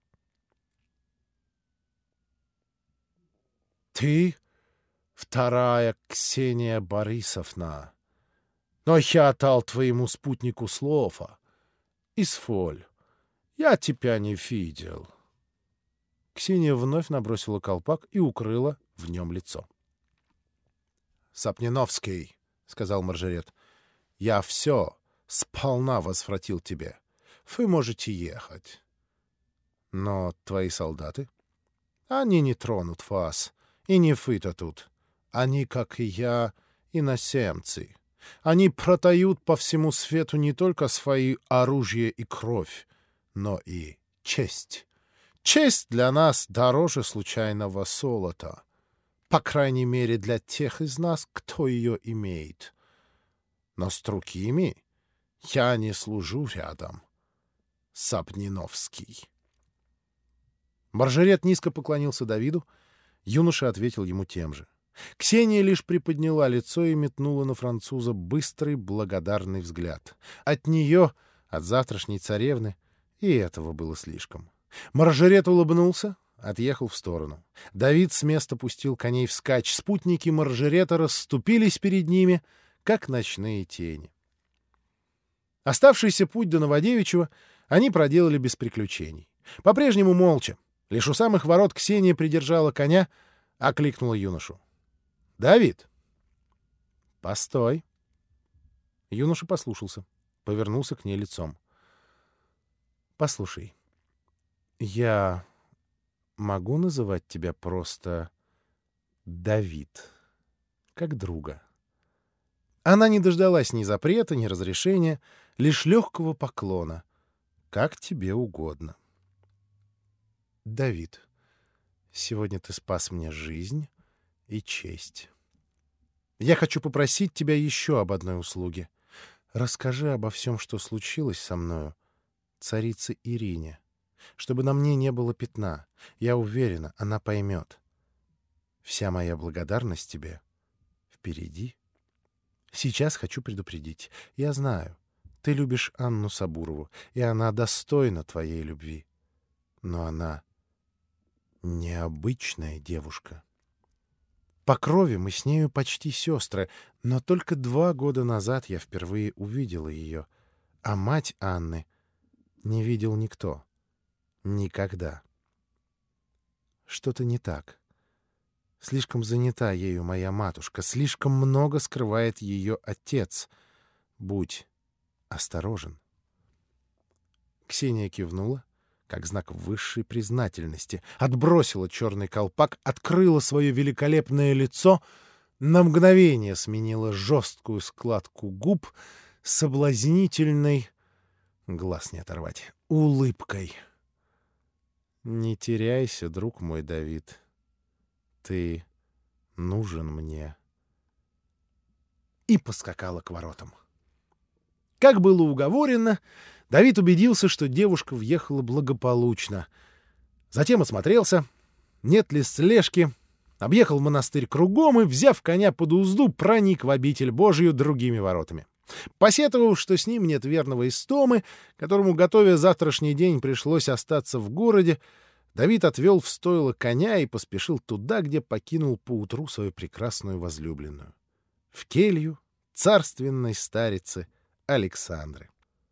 «Ты вторая Ксения Борисовна, но я дал твоему спутнику слово. Изволь, я тебя не видел». Ксения вновь набросила колпак и укрыла в нем лицо. «Сапниновский, — сказал Маржерет, — я все сполна возвратил тебе. Вы можете ехать. Но твои солдаты? Они не тронут вас, и не вы-то тут. Они, как и я, иноземцы. Они протают по всему свету не только свои оружие и кровь, но и честь. Честь для нас дороже случайного золота. По крайней мере, для тех из нас, кто ее имеет. Но с другими я не служу рядом. Сапниновский». Маржерет низко поклонился Давиду. Юноша ответил ему тем же. Ксения лишь приподняла лицо и метнула на француза быстрый, благодарный взгляд. От нее, от завтрашней царевны, и этого было слишком. Маржерет улыбнулся, отъехал в сторону. Давид с места пустил коней вскачь. Спутники Маржерета расступились перед ними, как ночные тени. Оставшийся путь до Новодевичьего они проделали без приключений. По-прежнему молча. Лишь у самых ворот Ксения придержала коня, окликнула юношу. «Давид!» Постой. Юноша послушался, повернулся к ней лицом. Послушай, я могу называть тебя просто Давид, как друга? Она не дождалась ни запрета, ни разрешения, лишь легкого поклона. Как тебе угодно. Давид, сегодня ты спас мне жизнь и честь. Я хочу попросить тебя еще об одной услуге. Расскажи обо всем, что случилось со мною, царице Ирине, чтобы на мне не было пятна. Я уверена, она поймет. Вся моя благодарность тебе впереди. Сейчас хочу предупредить. Я знаю, ты любишь Анну Сабурову, и она достойна твоей любви. Но она необычная девушка. По крови мы с нею почти сестры, но только два года назад я впервые увидела ее, а мать Анны не видел никто. Никогда. Что-то не так. Слишком занята ею моя матушка, слишком много скрывает ее отец. Будь осторожен. Ксения кивнула, как знак высшей признательности, отбросила черный колпак, открыла свое великолепное лицо, на мгновение сменила жесткую складку губ соблазнительной, глаз не оторвать, улыбкой. «Не теряйся, друг мой Давид. Ты нужен мне». И поскакала к воротам. Как было уговорено, Давид убедился, что девушка въехала благополучно. Затем осмотрелся, нет ли слежки, объехал монастырь кругом и, взяв коня под узду, проник в обитель Божию другими воротами. Посетовав, что с ним нет верного Истомы, которому, готовя завтрашний день, пришлось остаться в городе, Давид отвел в стойло коня и поспешил туда, где покинул поутру свою прекрасную возлюбленную. В келью царственной старицы Александры.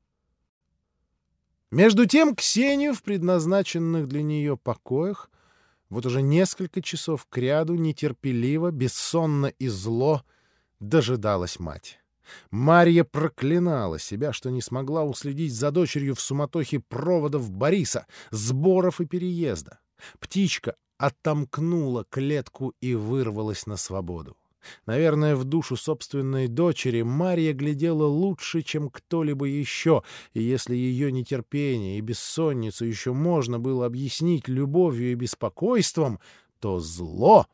Между тем Ксению в предназначенных для нее покоях вот уже несколько часов кряду нетерпеливо, бессонно и зло дожидалась мать. Марья проклинала себя, что не смогла уследить за дочерью в суматохе проводов Бориса, сборов и переезда. Птичка отомкнула клетку и вырвалась на свободу. Наверное, в душу собственной дочери Марья глядела лучше, чем кто-либо еще, и если ее нетерпение и бессонницу еще можно было объяснить любовью и беспокойством, то зло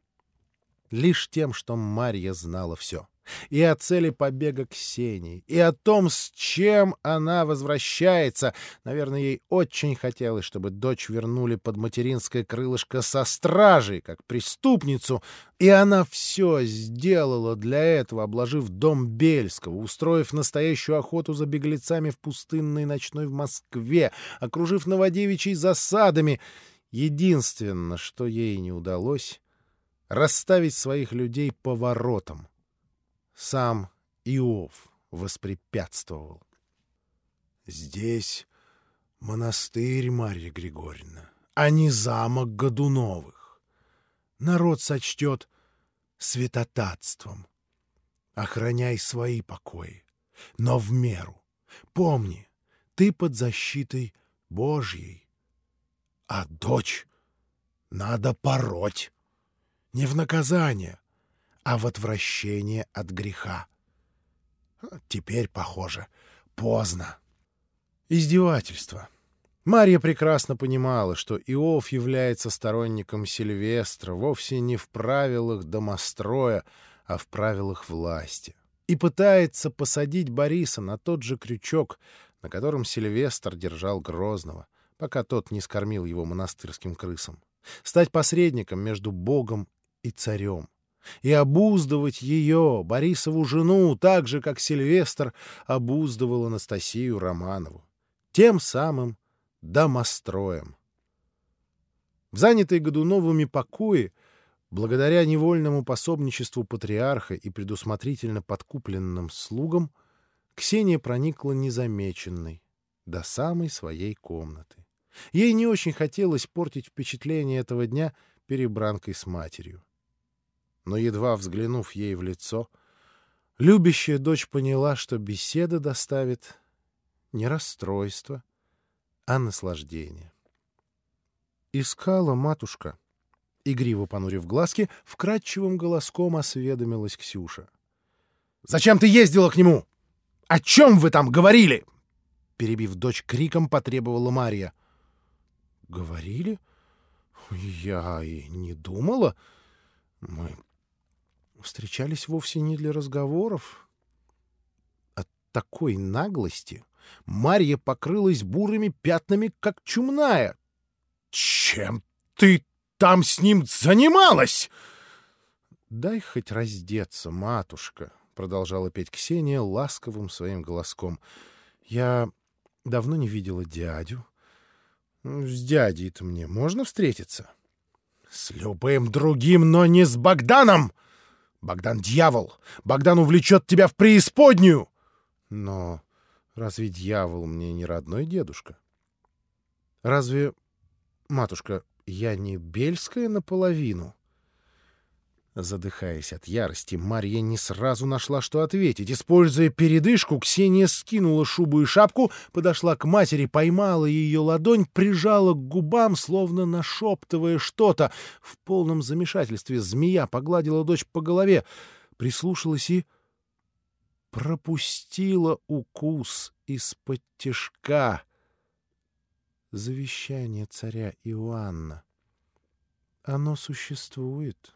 лишь тем, что Марья знала все. И о цели побега Ксении, и о том, с чем она возвращается. Наверное, ей очень хотелось, чтобы дочь вернули под материнское крылышко со стражей, как преступницу, и она все сделала для этого, обложив дом Бельского, устроив настоящую охоту за беглецами в пустынной ночной в Москве, окружив Новодевичьей засадами. Единственное, что ей не удалось — расставить своих людей по воротам. Сам Иов воспрепятствовал. «Здесь монастырь, Марья Григорьевна, а не замок Годуновых. Народ сочтет святотатством. Охраняй свои покои, но в меру. Помни, ты под защитой Божьей, а дочь надо пороть. Не в наказание, а в отвращение от греха. Теперь, похоже, поздно». Издевательство. Марья прекрасно понимала, что Иов является сторонником Сильвестра вовсе не в правилах домостроя, а в правилах власти, и пытается посадить Бориса на тот же крючок, на котором Сильвестр держал Грозного, пока тот не скормил его монастырским крысам, стать посредником между Богом и царем, и обуздывать ее, Борисову жену, так же, как Сильвестр обуздывал Анастасию Романову, тем самым домостроем. В занятые Годуновыми покои, благодаря невольному пособничеству патриарха и предусмотрительно подкупленным слугам, Ксения проникла незамеченной до самой своей комнаты. Ей не очень хотелось портить впечатление этого дня перебранкой с матерью. Но, едва взглянув ей в лицо, Любящая дочь поняла, что беседа доставит не расстройство, а наслаждение. «Искала, матушка», — игриво понурив глазки, вкрадчивым голоском осведомилась Ксюша. «Зачем ты ездила к нему? О чем вы там говорили?» Перебив дочь криком, потребовала Марья. «Говорили? Я и не думала. Мы встречались вовсе не для разговоров». От такой наглости Марья покрылась бурыми пятнами, как чумная. «Чем ты там с ним занималась?» «Дай хоть раздеться, матушка», — продолжала петь Ксения ласковым своим голоском. «Я давно не видела дядю. С дядей-то мне можно встретиться?» «С любым другим, но не с Богданом! Богдан — дьявол! Богдан увлечет тебя в преисподнюю!» «Но разве дьявол мне не родной дедушка? Разве, матушка, я не Бельская наполовину?» Задыхаясь от ярости, Марья не сразу нашла, что ответить. Используя передышку, Ксения скинула шубу и шапку, подошла к матери, поймала ее ладонь, прижала к губам, словно нашептывая что-то. В полном замешательстве змея погладила дочь по голове, прислушалась и пропустила укус из-под тишка. Завещание царя Иоанна. Оно существует.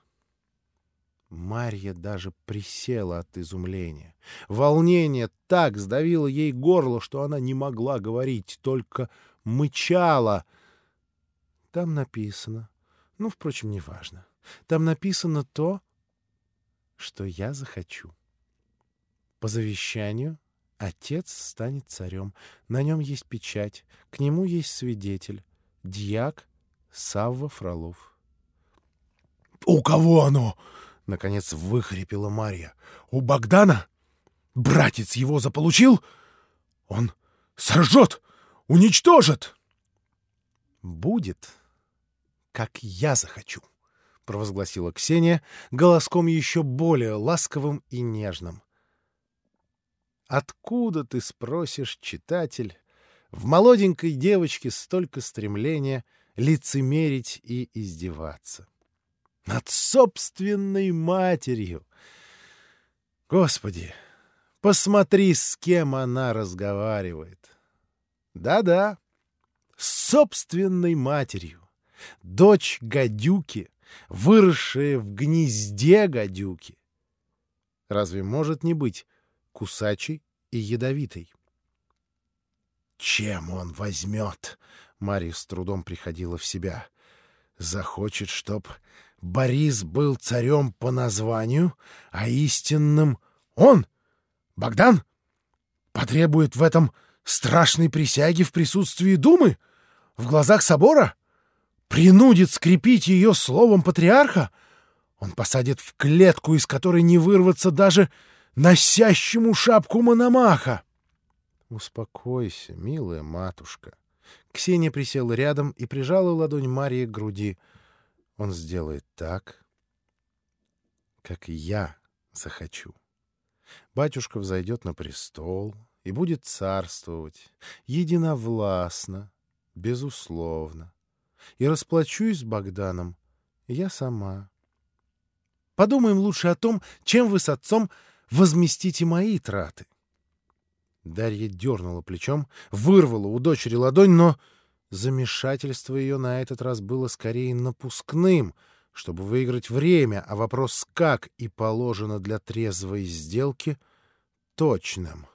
Марья даже присела от изумления. Волнение так сдавило ей горло, что она не могла говорить, только мычала. Там написано, ну, впрочем, неважно. Там написано то, что я захочу. По завещанию отец станет царем. На нем есть печать, к нему есть свидетель. Дьяк Савва Фролов. — У кого оно? — наконец выхрипела Марья. — У Богдана? Братец его заполучил? Он сожжет, уничтожит. — Будет, как я захочу, — провозгласила Ксения голоском еще более ласковым и нежным. Откуда, ты спросишь, читатель, в молоденькой девочке столько стремления лицемерить и издеваться? Над собственной матерью! Господи, посмотри, с кем она разговаривает. Да-да, с собственной матерью. Дочь гадюки, выросшая в гнезде гадюки. Разве может не быть кусачей и ядовитой? Чем он возьмет? Марья с трудом приходила в себя. Захочет, чтоб Борис был царем по названию, а истинным он, Богдан, потребует в этом страшной присяги в присутствии Думы, в глазах собора, принудит скрепить ее словом патриарха. Он посадит в клетку, из которой не вырваться даже носящему шапку Мономаха. Успокойся, милая матушка. Ксения присела рядом и прижала ладонь Марьи к груди. Он сделает так, как я захочу. Батюшка взойдет на престол и будет царствовать единовластно, безусловно. И расплачусь с Богданом я сама. Подумаем лучше о том, чем вы с отцом возместите мои траты. Дарья дернула плечом, вырвала у дочери ладонь, но замешательство ее на этот раз было скорее напускным, чтобы выиграть время, а вопрос «как» и положено для трезвой сделки точным.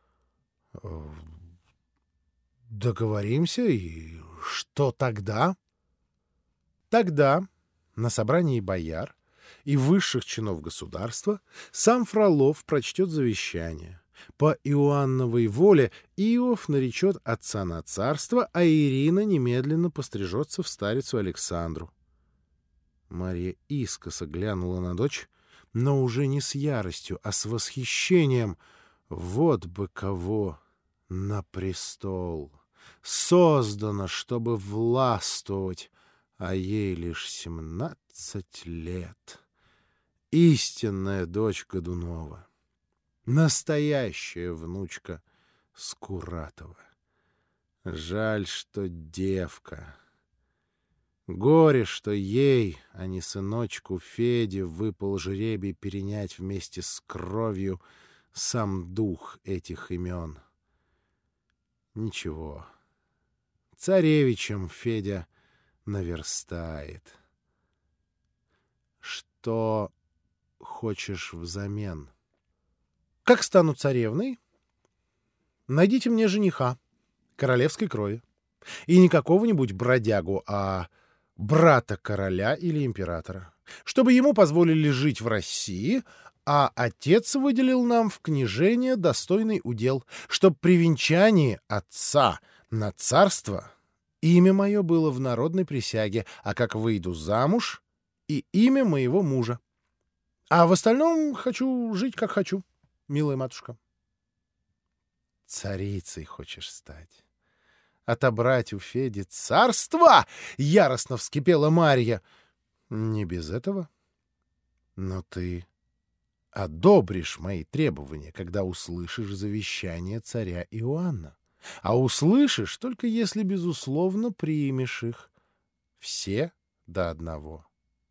Договоримся, и что тогда? Тогда на собрании бояр и высших чинов государства сам Фролов прочтет завещание. По Иоанновой воле Иов наречет отца на царство, а Ирина немедленно пострижется в старицу Александру. Марья искоса глянула на дочь, но уже не с яростью, а с восхищением. Вот бы кого на престол! Создано, чтобы властвовать, а ей лишь семнадцать лет. Истинная дочь Годунова. Настоящая внучка Скуратова. Жаль, что девка. Горе, что ей, а не сыночку Феде, выпал жребий перенять вместе с кровью сам дух этих имен. Ничего, царевичем Федя наверстает. Что хочешь взамен? Как стану царевной? Найдите мне жениха королевской крови. И не какого-нибудь бродягу, а брата короля или императора. Чтобы ему позволили жить в России, а отец выделил нам в княжение достойный удел, чтоб при венчании отца на царство имя мое было в народной присяге, а как выйду замуж, и имя моего мужа. А в остальном хочу жить, как хочу, милая матушка. Царицей хочешь стать? Отобрать у Феди царство? Яростно вскипела Марья. Не без этого. Но ты одобришь мои требования, когда услышишь завещание царя Иоанна. А услышишь только если, безусловно, примешь их. Все до одного.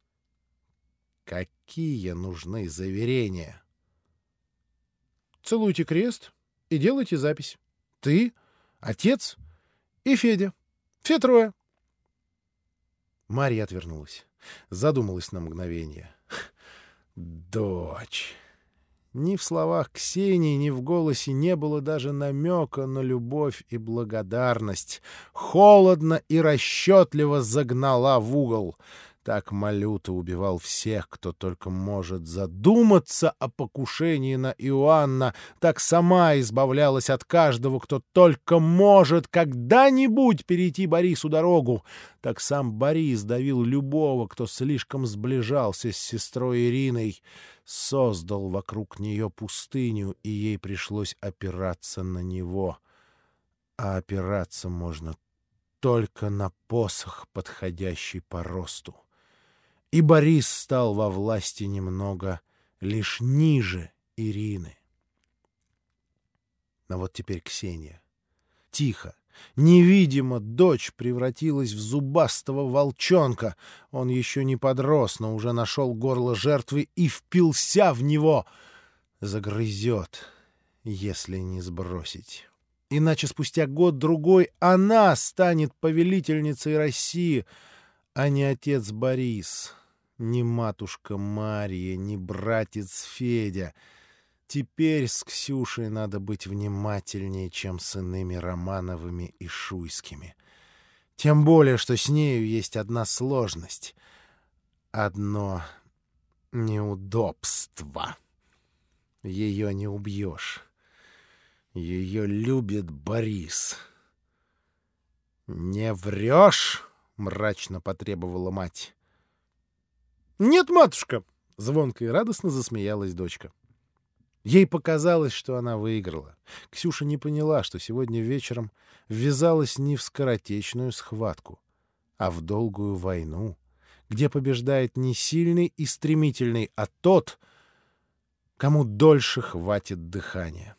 Какие нужны заверения? Целуйте крест и делайте запись. Ты, отец и Федя. Все трое. Марья отвернулась. Задумалась на мгновение. Дочь. Ни в словах Ксении, ни в голосе не было даже намека на любовь и благодарность. Холодно и расчетливо загнала в угол. Так Малюта убивал всех, кто только может задуматься о покушении на Иоанна. Так сама избавлялась от каждого, кто только может когда-нибудь перейти Борису дорогу. Так сам Борис давил любого, кто слишком сближался с сестрой Ириной. Создал вокруг нее пустыню, и ей пришлось опираться на него. А опираться можно только на посох, подходящий по росту. И Борис стал во власти немного лишь ниже Ирины. Но вот теперь Ксения. Тихо, невидимо дочь превратилась в зубастого волчонка. Он еще не подрос, но уже нашел горло жертвы и впился в него. Загрызет, если не сбросить. Иначе спустя год-другой она станет повелительницей России, а не отец Борис, ни матушка Марья, ни братец Федя. Теперь с Ксюшей надо быть внимательнее, чем с иными Романовыми и Шуйскими. Тем более, что с нею есть одна сложность, одно неудобство. Ее не убьешь. Ее любит Борис. «Не врешь?» — мрачно потребовала мать. «Нет, матушка!» — звонко и радостно засмеялась дочка. Ей показалось, что она выиграла. Ксюша не поняла, что сегодня вечером ввязалась не в скоротечную схватку, а в долгую войну, где побеждает не сильный и стремительный, а тот, кому дольше хватит дыхания.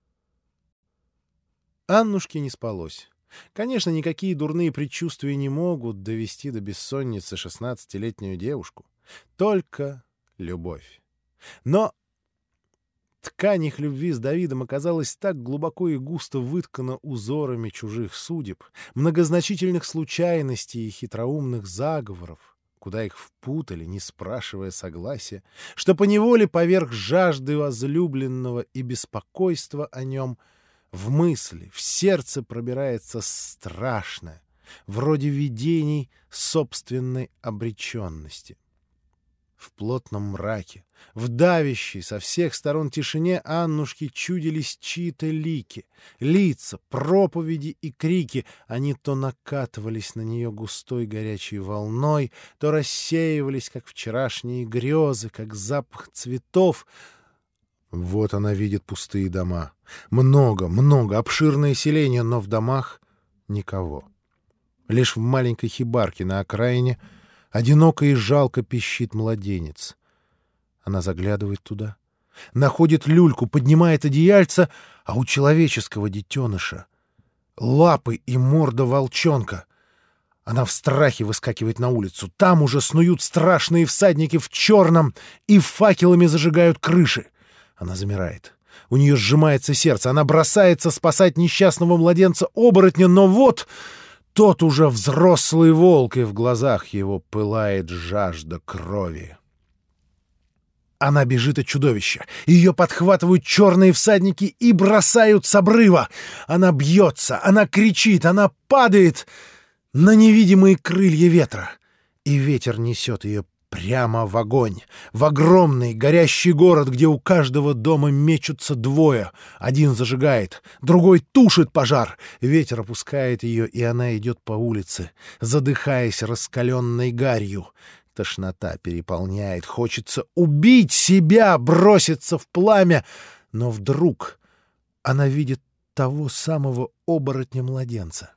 Аннушке не спалось. Конечно, никакие дурные предчувствия не могут довести до бессонницы шестнадцатилетнюю девушку. Только любовь. Но ткань их любви с Давидом оказалась так глубоко и густо выткана узорами чужих судеб, многозначительных случайностей и хитроумных заговоров, куда их впутали, не спрашивая согласия, что поневоле поверх жажды возлюбленного и беспокойства о нем в мысли, в сердце пробирается страшное, вроде видений собственной обреченности. В плотном мраке, в давящей со всех сторон тишине Аннушке чудились чьи-то лики, лица, проповеди и крики. Они то накатывались на нее густой горячей волной, то рассеивались, как вчерашние грезы, как запах цветов. Вот она видит пустые дома. Много, много, обширное селение, но в домах никого. Лишь в маленькой хибарке на окраине одиноко и жалко пищит младенец. Она заглядывает туда, находит люльку, поднимает одеяльце, а у человеческого детеныша лапы и морда волчонка. Она в страхе выскакивает на улицу. Там уже снуют страшные всадники в черном и факелами зажигают крыши. Она замирает. У нее сжимается сердце. Она бросается спасать несчастного младенца-оборотня, но вот тот уже взрослый волк, и в глазах его пылает жажда крови. Она бежит от чудовища. Ее подхватывают черные всадники и бросают с обрыва. Она бьется, она кричит, она падает на невидимые крылья ветра. И ветер несет ее прямо в огонь, в огромный горящий город, где у каждого дома мечутся двое. Один зажигает, другой тушит пожар. Ветер опускает ее, и она идет по улице, задыхаясь раскаленной гарью. Тошнота переполняет, хочется убить себя, броситься в пламя. Но вдруг она видит того самого оборотня-младенца.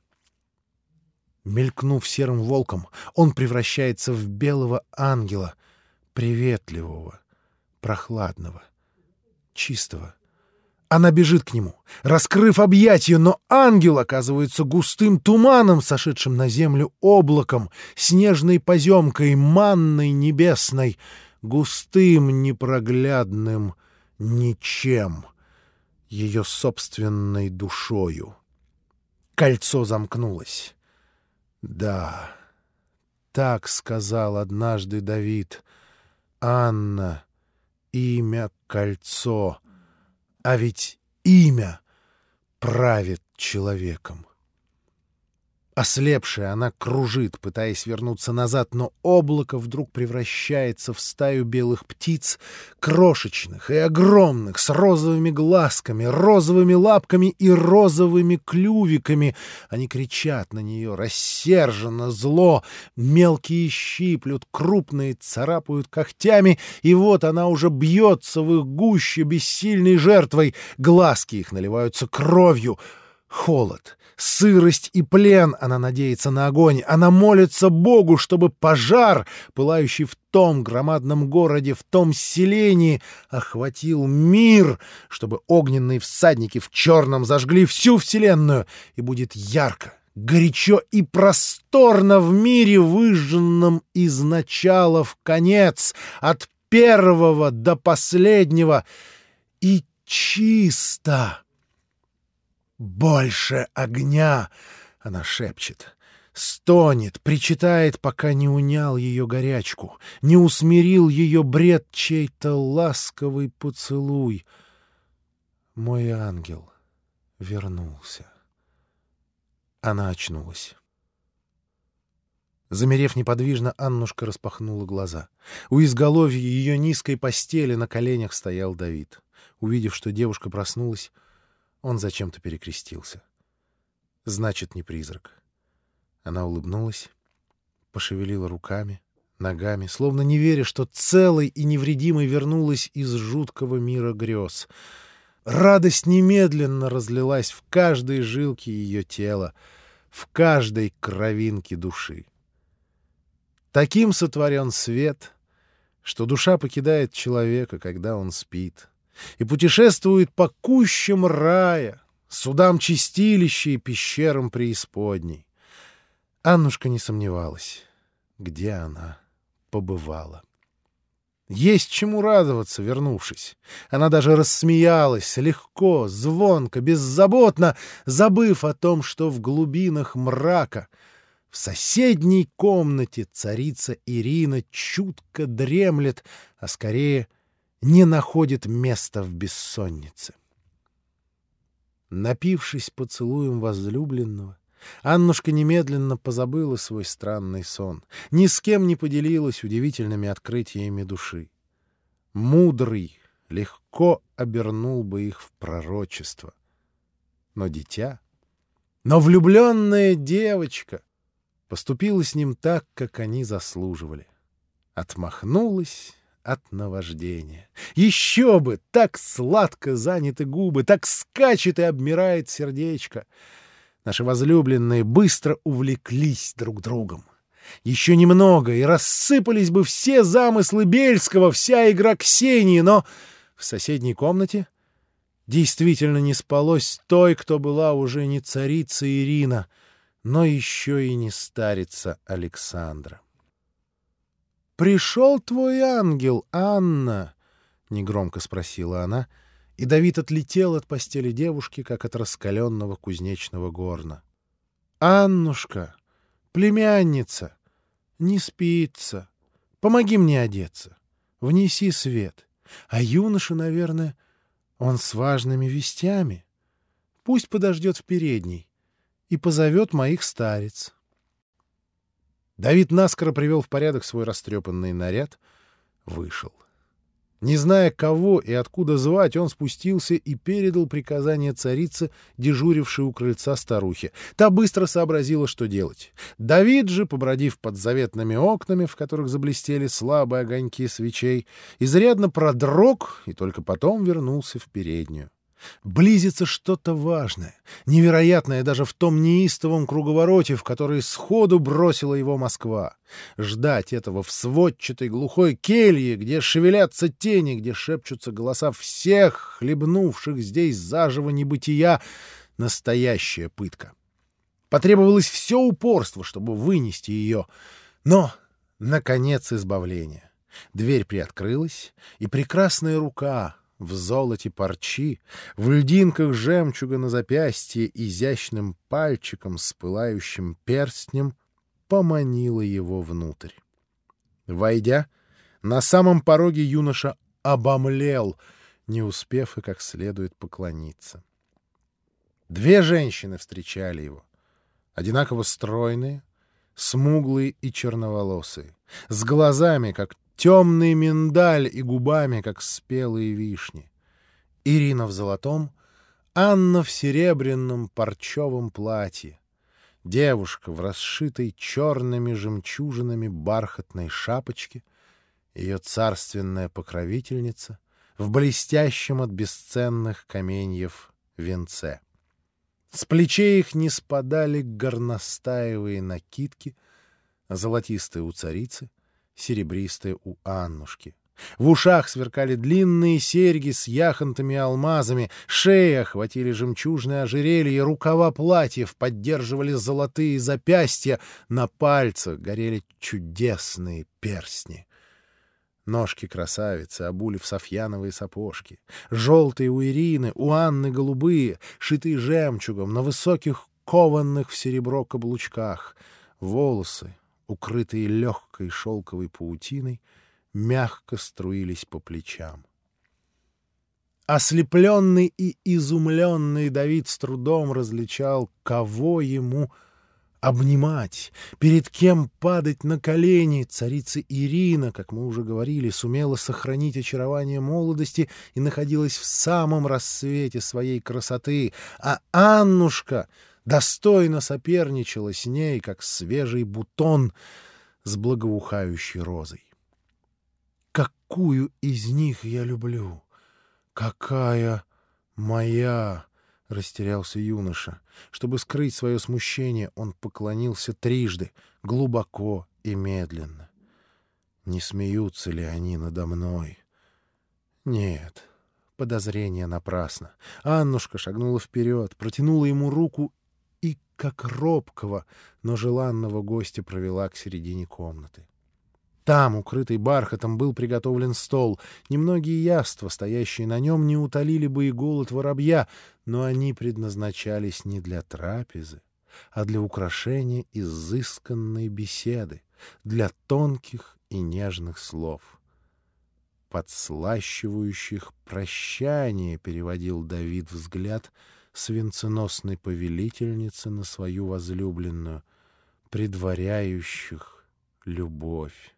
Мелькнув серым волком, он превращается в белого ангела, приветливого, прохладного, чистого. Она бежит к нему, раскрыв объятия, но ангел оказывается густым туманом, сошедшим на землю облаком, снежной поземкой, манной небесной, густым, непроглядным ничем, ее собственной душою. Кольцо замкнулось. Да, так сказал однажды Давид. Анна, имя кольцо. А ведь имя правит человеком. Ослепшая, она кружит, пытаясь вернуться назад, но облако вдруг превращается в стаю белых птиц, крошечных и огромных, с розовыми глазками, розовыми лапками и розовыми клювиками. Они кричат на нее рассерженно, зло, мелкие щиплют, крупные царапают когтями, и вот она уже бьется в их гуще бессильной жертвой. Глазки их наливаются кровью. Холод, сырость и плен. Она надеется на огонь. Она молится Богу, чтобы пожар, пылающий в том громадном городе, в том селении, охватил мир, чтобы огненные всадники в черном зажгли всю вселенную, и будет ярко, горячо и просторно в мире, выжженном из начала в конец, от первого до последнего, и чисто. «Больше огня!» — она шепчет, стонет, причитает, пока не унял ее горячку, не усмирил ее бред чей-то ласковый поцелуй. Мой ангел вернулся. Она очнулась. Замерев неподвижно, Аннушка распахнула глаза. У изголовья ее низкой постели на коленях стоял Давид. Увидев, что девушка проснулась, он зачем-то перекрестился. Значит, не призрак. Она улыбнулась, пошевелила руками, ногами, словно не веря, что целой и невредимой вернулась из жуткого мира грез. Радость немедленно разлилась в каждой жилке ее тела, в каждой кровинке души. Таким сотворен свет, что душа покидает человека, когда он спит, и путешествует по кущам рая, судам чистилища и пещерам преисподней. Аннушка не сомневалась, где она побывала. Есть чему радоваться, вернувшись. Она даже рассмеялась, легко, звонко, беззаботно, забыв о том, что в глубинах мрака, в соседней комнате царица Ирина чутко дремлет, а скорее не находит места в бессоннице. Напившись поцелуем возлюбленного, Аннушка немедленно позабыла свой странный сон, ни с кем не поделилась удивительными открытиями души. Мудрый легко обернул бы их в пророчество. Но дитя, но влюбленная девочка поступила с ним так, как они заслуживали. Отмахнулась от наваждения. Еще бы! Так сладко заняты губы, так скачет и обмирает сердечко. Наши возлюбленные быстро увлеклись друг другом. Еще немного, и рассыпались бы все замыслы Бельского, вся игра Ксении, но В соседней комнате действительно не спалось той, кто была уже не царица Ирина, но еще и не старица Александра. «Пришел твой ангел, Анна?» — негромко спросила она, и Давид отлетел от постели девушки, как от раскаленного кузнечного горна. «Аннушка, племянница, не спится. Помоги мне одеться. Внеси свет. А юноша, наверное, он с важными вестями. Пусть подождет в передней и позовет моих старец». Давид наскоро привел в порядок свой растрепанный наряд, вышел. Не зная, кого и откуда звать, он спустился и передал приказание царице, дежурившей у крыльца старухе. Та быстро сообразила, что делать. Давид же, побродив под заветными окнами, в которых заблестели слабые огоньки свечей, изрядно продрог и только потом вернулся в переднюю. Близится что-то важное, невероятное даже в том неистовом круговороте, в который сходу бросила его Москва. Ждать этого в сводчатой глухой келье, где шевелятся тени, где шепчутся голоса всех, хлебнувших здесь заживо небытия, — настоящая пытка. Потребовалось все упорство, чтобы вынести ее, но, наконец, избавление. Дверь приоткрылась, и прекрасная рука — в золоте парчи, в льдинках жемчуга на запястье, изящным пальчиком с пылающим перстнем поманила его внутрь. Войдя, на самом пороге юноша обомлел, не успев и как следует поклониться. Две женщины встречали его, одинаково стройные, смуглые и черноволосые, с глазами, как темный миндаль, и губами, как спелые вишни. Ирина в золотом, Анна в серебряном парчевом платье. Девушка в расшитой черными жемчужинами бархатной шапочке, ее царственная покровительница в блестящем от бесценных каменьев венце. С плечей их не спадали горностаевые накидки, золотистые у царицы, серебристые у Аннушки. В ушах сверкали длинные серьги с яхонтами и алмазами, шеи охватили жемчужные ожерелья, рукава платьев поддерживали золотые запястья, на пальцах горели чудесные перстни. Ножки красавицы обули в софьяновые сапожки. Желтые у Ирины, у Анны голубые, шитые жемчугом, на высоких кованных в серебро каблучках. Волосы, укрытые легкой шелковой паутиной, мягко струились по плечам. Ослепленный и изумленный Давид с трудом различал, кого ему обнимать, перед кем падать на колени. Царица Ирина, как мы уже говорили, сумела сохранить очарование молодости и находилась в самом рассвете своей красоты, а Аннушка достойно соперничала с ней, как свежий бутон с благоухающей розой. «Какую из них я люблю? Какая моя?» — растерялся юноша. Чтобы скрыть свое смущение, он поклонился трижды, глубоко и медленно. Не смеются ли они надо мной? Нет, подозрение напрасно. Аннушка шагнула вперед, протянула ему руку и, как робкого, но желанного гостя, провела к середине комнаты. Там, укрытый бархатом, был приготовлен стол. Немногие яства, стоящие на нем, не утолили бы и голод воробья, но они предназначались не для трапезы, а для украшения изысканной беседы, для тонких и нежных слов. «Подслащивающих прощание», — переводил Давид взгляд с венценосной повелительницы на свою возлюбленную, предваряющих любовь.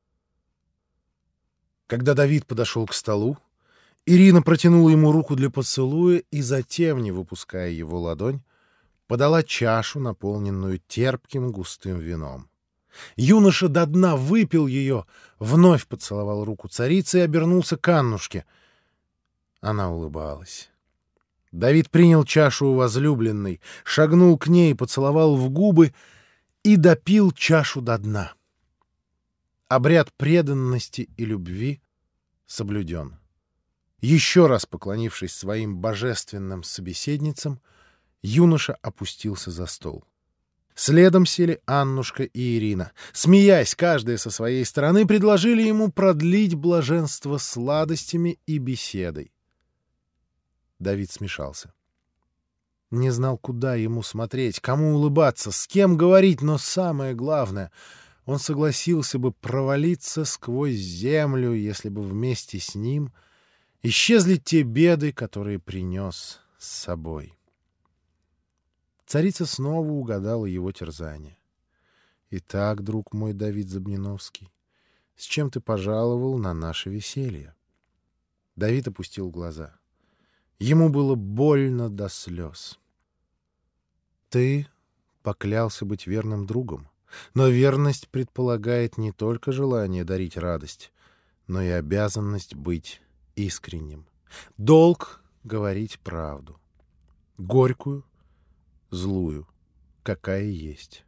Когда Давид подошел к столу, Ирина протянула ему руку для поцелуя и затем, не выпуская его ладонь, подала чашу, наполненную терпким густым вином. Юноша до дна выпил ее, вновь поцеловал руку царицы и обернулся к Аннушке. Она улыбалась. Давид принял чашу у возлюбленной, шагнул к ней, поцеловал в губы и допил чашу до дна. Обряд преданности и любви соблюден. Еще раз поклонившись своим божественным собеседницам, юноша опустился за стол. Следом сели Аннушка и Ирина. Смеясь, каждая со своей стороны, предложили ему продлить блаженство сладостями и беседой. Давид смешался. Не знал, куда ему смотреть, кому улыбаться, с кем говорить, но самое главное — он согласился бы провалиться сквозь землю, если бы вместе с ним исчезли те беды, которые принес с собой. Царица снова угадала его терзание. «Итак, друг мой Давид Забниновский, с чем ты пожаловал на наше веселье?» Давид опустил глаза. Ему было больно до слез. «Ты поклялся быть верным другом, но верность предполагает не только желание дарить радость, но и обязанность быть искренним. Долг — говорить правду. Горькую, злую, какая есть».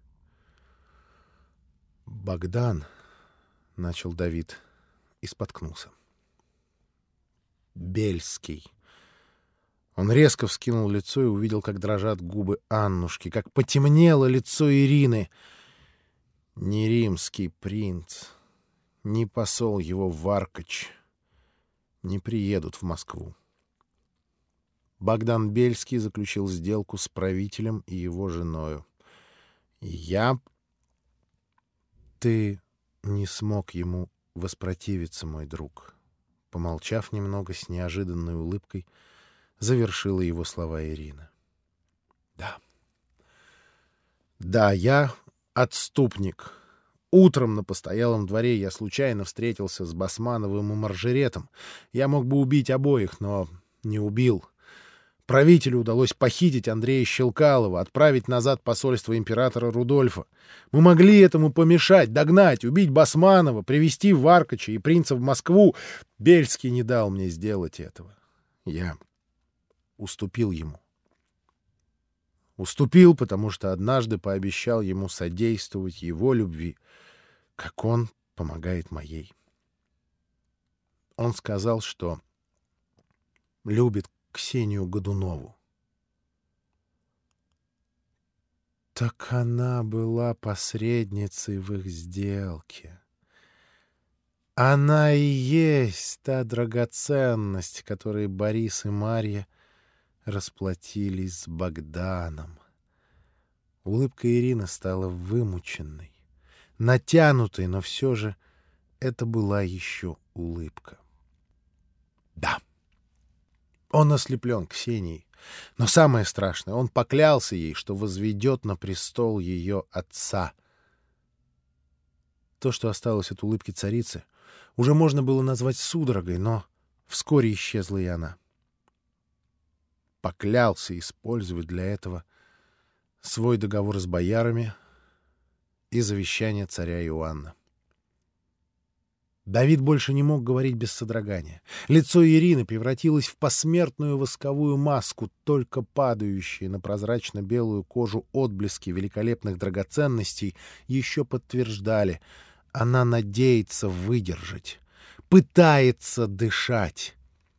«Богдан», — начал Давид и споткнулся. «Бельский». Он резко вскинул лицо и увидел, как дрожат губы Аннушки, как потемнело лицо Ирины. Ни римский принц, ни посол его Варкач не приедут в Москву. Богдан Бельский заключил сделку с правителем и его женою. Я... Ты не смог ему воспротивиться, мой друг. Помолчав немного, с неожиданной улыбкой, завершила его слова Ирина. Да. Да, я отступник. Утром на постоялом дворе я случайно встретился с Басмановым и Маржеретом. Я мог бы убить обоих, но не убил. Правителю удалось похитить Андрея Щелкалова, отправить назад посольство императора Рудольфа. Мы могли этому помешать, догнать, убить Басманова, привести Варкача и принца в Москву. Бельский не дал мне сделать этого. Я уступил ему. Уступил, потому что однажды пообещал ему содействовать его любви, как он помогает моей. Он сказал, что любит Ксению Годунову. Так она была посредницей в их сделке. Она и есть та драгоценность, которой Борис и Марья расплатились с Богданом. Улыбка Ирины стала вымученной, натянутой, но все же это была еще улыбка. Да, он ослеплен Ксенией, но самое страшное, он поклялся ей, что возведет на престол ее отца. То, что осталось от улыбки царицы, уже можно было назвать судорогой, но вскоре исчезла и она. Поклялся использовать для этого свой договор с боярами и завещание царя Иоанна. Давид больше не мог говорить без содрогания. Лицо Ирины превратилось в посмертную восковую маску, только падающие на прозрачно-белую кожу отблески великолепных драгоценностей еще подтверждали: она надеется выдержать, пытается дышать.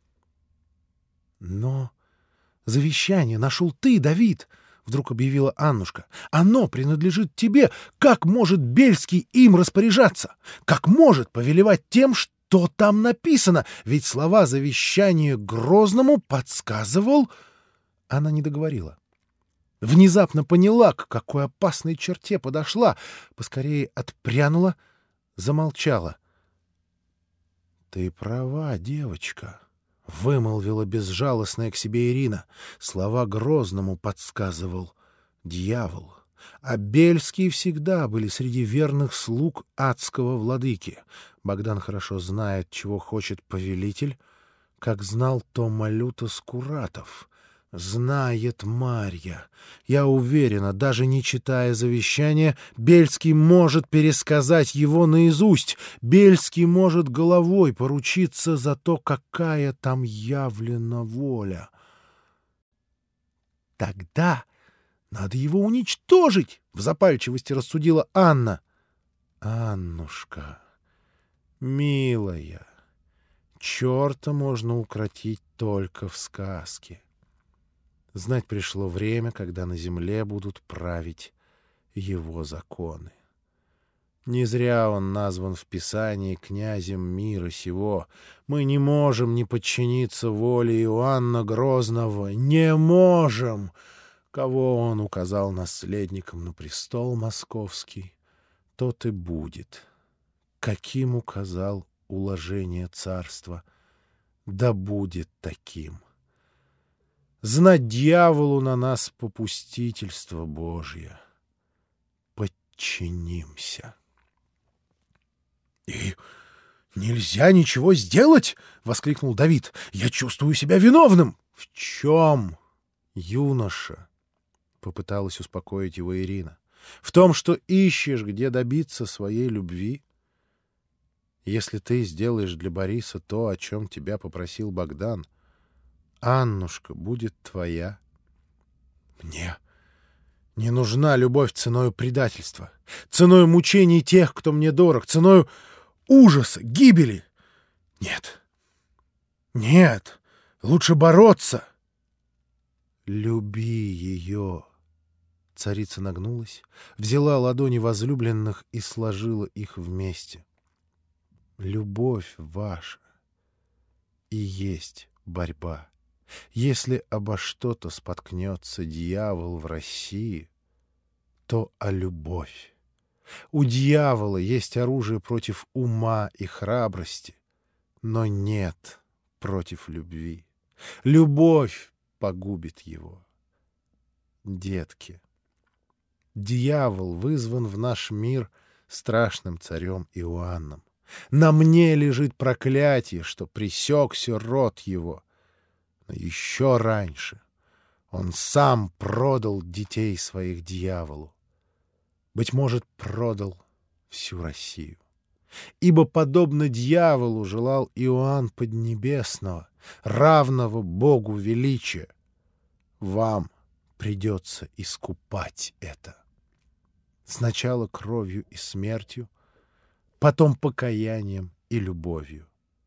Но завещание нашел ты, Давид, — вдруг объявила Аннушка. Оно принадлежит тебе. Как может Бельский им распоряжаться? Как может повелевать тем, что там написано? Ведь слова завещания Грозному подсказывал... Она не договорила. Внезапно поняла, к какой опасной черте подошла. Поскорее отпрянула, замолчала. — Ты права, девочка, — вымолвила безжалостная к себе Ирина. Слова Грозному подсказывал дьявол. А Бельские всегда были среди верных слуг адского владыки. Богдан хорошо знает, чего хочет повелитель, как знал то Малюта Скуратов. Знает Марья. Я уверена, даже не читая завещания, Бельский может пересказать его наизусть. Бельский может головой поручиться за то, какая там явлена воля. Тогда надо его уничтожить, — в запальчивости рассудила Анна. Аннушка, милая, черта можно укротить только в сказке. Знать пришло время, когда на земле будут править его законы. Не зря он назван в Писании князем мира сего. Мы не можем не подчиниться воле Иоанна Грозного. Не можем! Кого он указал наследником на престол московский, тот и будет. Каким указал уложение царства, да будет таким. Знать дьяволу на нас попустительство Божье. Подчинимся. — И нельзя ничего сделать? — воскликнул Давид. — Я чувствую себя виновным. — В чем, юноша? — попыталась успокоить его Ирина. — В том, что ищешь, где добиться своей любви? Если ты сделаешь для Бориса то, о чем тебя попросил Богдан, Аннушка будет твоя. Мне не нужна любовь ценою предательства, ценою мучений тех, кто мне дорог, ценою ужаса, гибели. Нет, нет, лучше бороться. Люби ее. Царица нагнулась, взяла ладони возлюбленных и сложила их вместе. Любовь ваша и есть борьба. Если обо что-то споткнется дьявол в России, то о любовь. У дьявола есть оружие против ума и храбрости, но нет против любви. Любовь погубит его. Детки, дьявол вызван в наш мир страшным царем Иоанном. На мне лежит проклятие, что пресекся род его. Но еще раньше он сам продал детей своих дьяволу. Быть может, продал всю Россию. Ибо, подобно дьяволу, желал Иоанн Поднебесного, равного Богу величия. Вам придется искупать это. Сначала кровью и смертью, потом покаянием и любовью.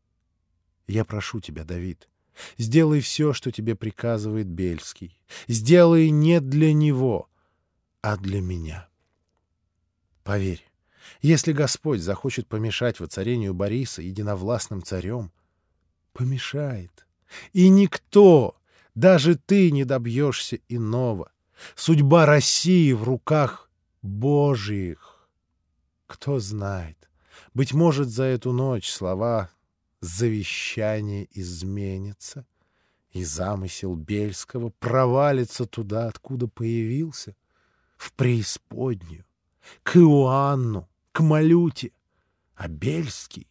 Я прошу тебя, Давид, сделай все, что тебе приказывает Бельский. Сделай не для него, а для меня. Поверь, если Господь захочет помешать воцарению Бориса единовластным царем, помешает. И никто, даже ты, не добьешься иного. Судьба России в руках Божьих. Кто знает, быть может, за эту ночь слова завещания изменятся, и замысел Бельского провалится туда, откуда появился, в преисподнюю, к Иоанну, к Малюте, а Бельский...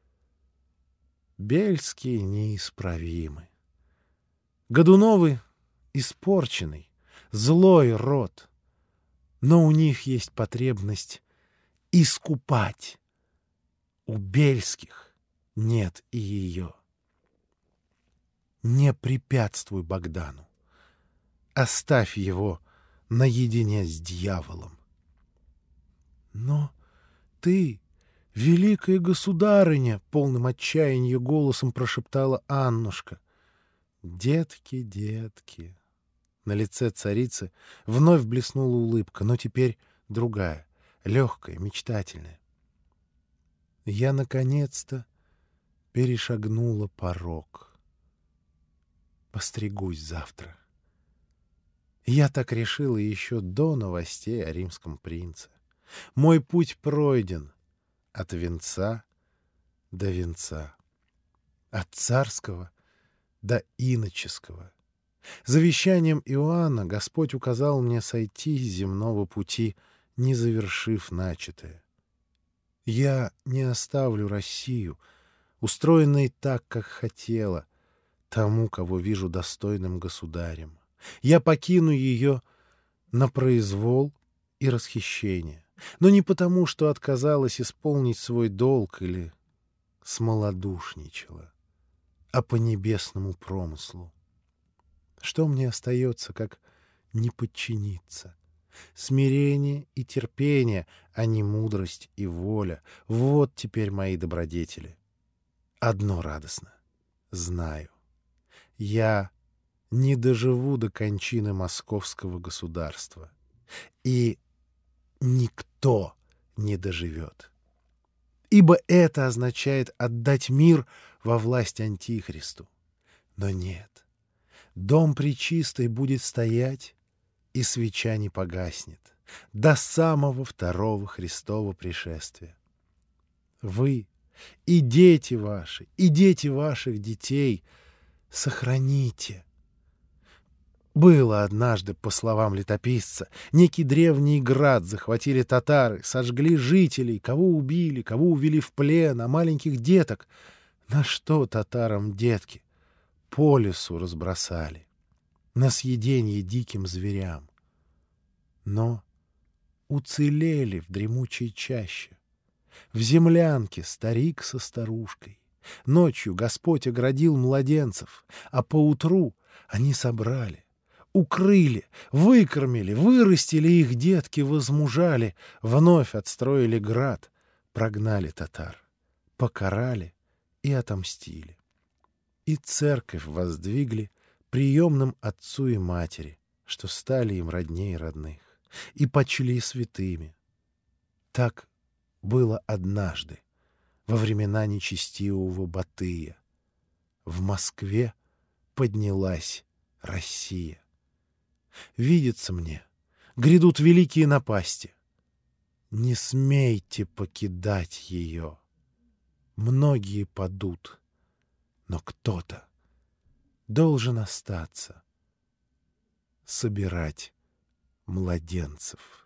Бельские неисправимы. Годуновы испорченный, злой род, но у них есть потребность искупать. У Бельских нет и ее. Не препятствуй Богдану. Оставь его наедине с дьяволом. Но ты, великая государыня, полным отчаяния голосом прошептала Аннушка. Детки, детки. На лице царицы вновь блеснула улыбка, но теперь другая, легкая, мечтательная. Я, наконец-то, перешагнула порог. Постригусь завтра. Я так решила еще до новостей о римском принце. Мой путь пройден от венца до венца, от царского до иноческого. Завещанием Иоанна Господь указал мне сойти с земного пути, не завершив начатое. Я не оставлю Россию, устроенной так, как хотела, тому, кого вижу достойным государем. Я покину ее на произвол и расхищение, но не потому, что отказалась исполнить свой долг или смолодушничала, а по небесному промыслу. Что мне остается, как не подчиниться? Смирение и терпение, а не мудрость и воля. Вот теперь мои добродетели. Одно радостно. Знаю. Я не доживу до кончины московского государства. И никто не доживет. Ибо это означает отдать мир во власть Антихристу. Но нет. Дом Пречистой будет стоять, и свеча не погаснет до самого второго Христова пришествия. Вы и дети ваши, и дети ваших детей сохраните. Было однажды, по словам летописца, некий древний град захватили татары, сожгли жителей, кого убили, кого увели в плен, а маленьких деток. На что татарам детки? По лесу разбросали, на съеденье диким зверям. Но уцелели в дремучей чаще. В землянке старик со старушкой. Ночью Господь оградил младенцев, а поутру они собрали, укрыли, выкормили, вырастили их детки, возмужали, вновь отстроили град, прогнали татар, покарали и отомстили. И церковь воздвигли приемным отцу и матери, что стали им родней родных, и почли святыми. Так было однажды, во времена нечестивого Батыя. В Москве поднялась Россия. Видится мне, грядут великие напасти. Не смейте покидать ее. Многие падут, но кто-то должен остаться, собирать младенцев.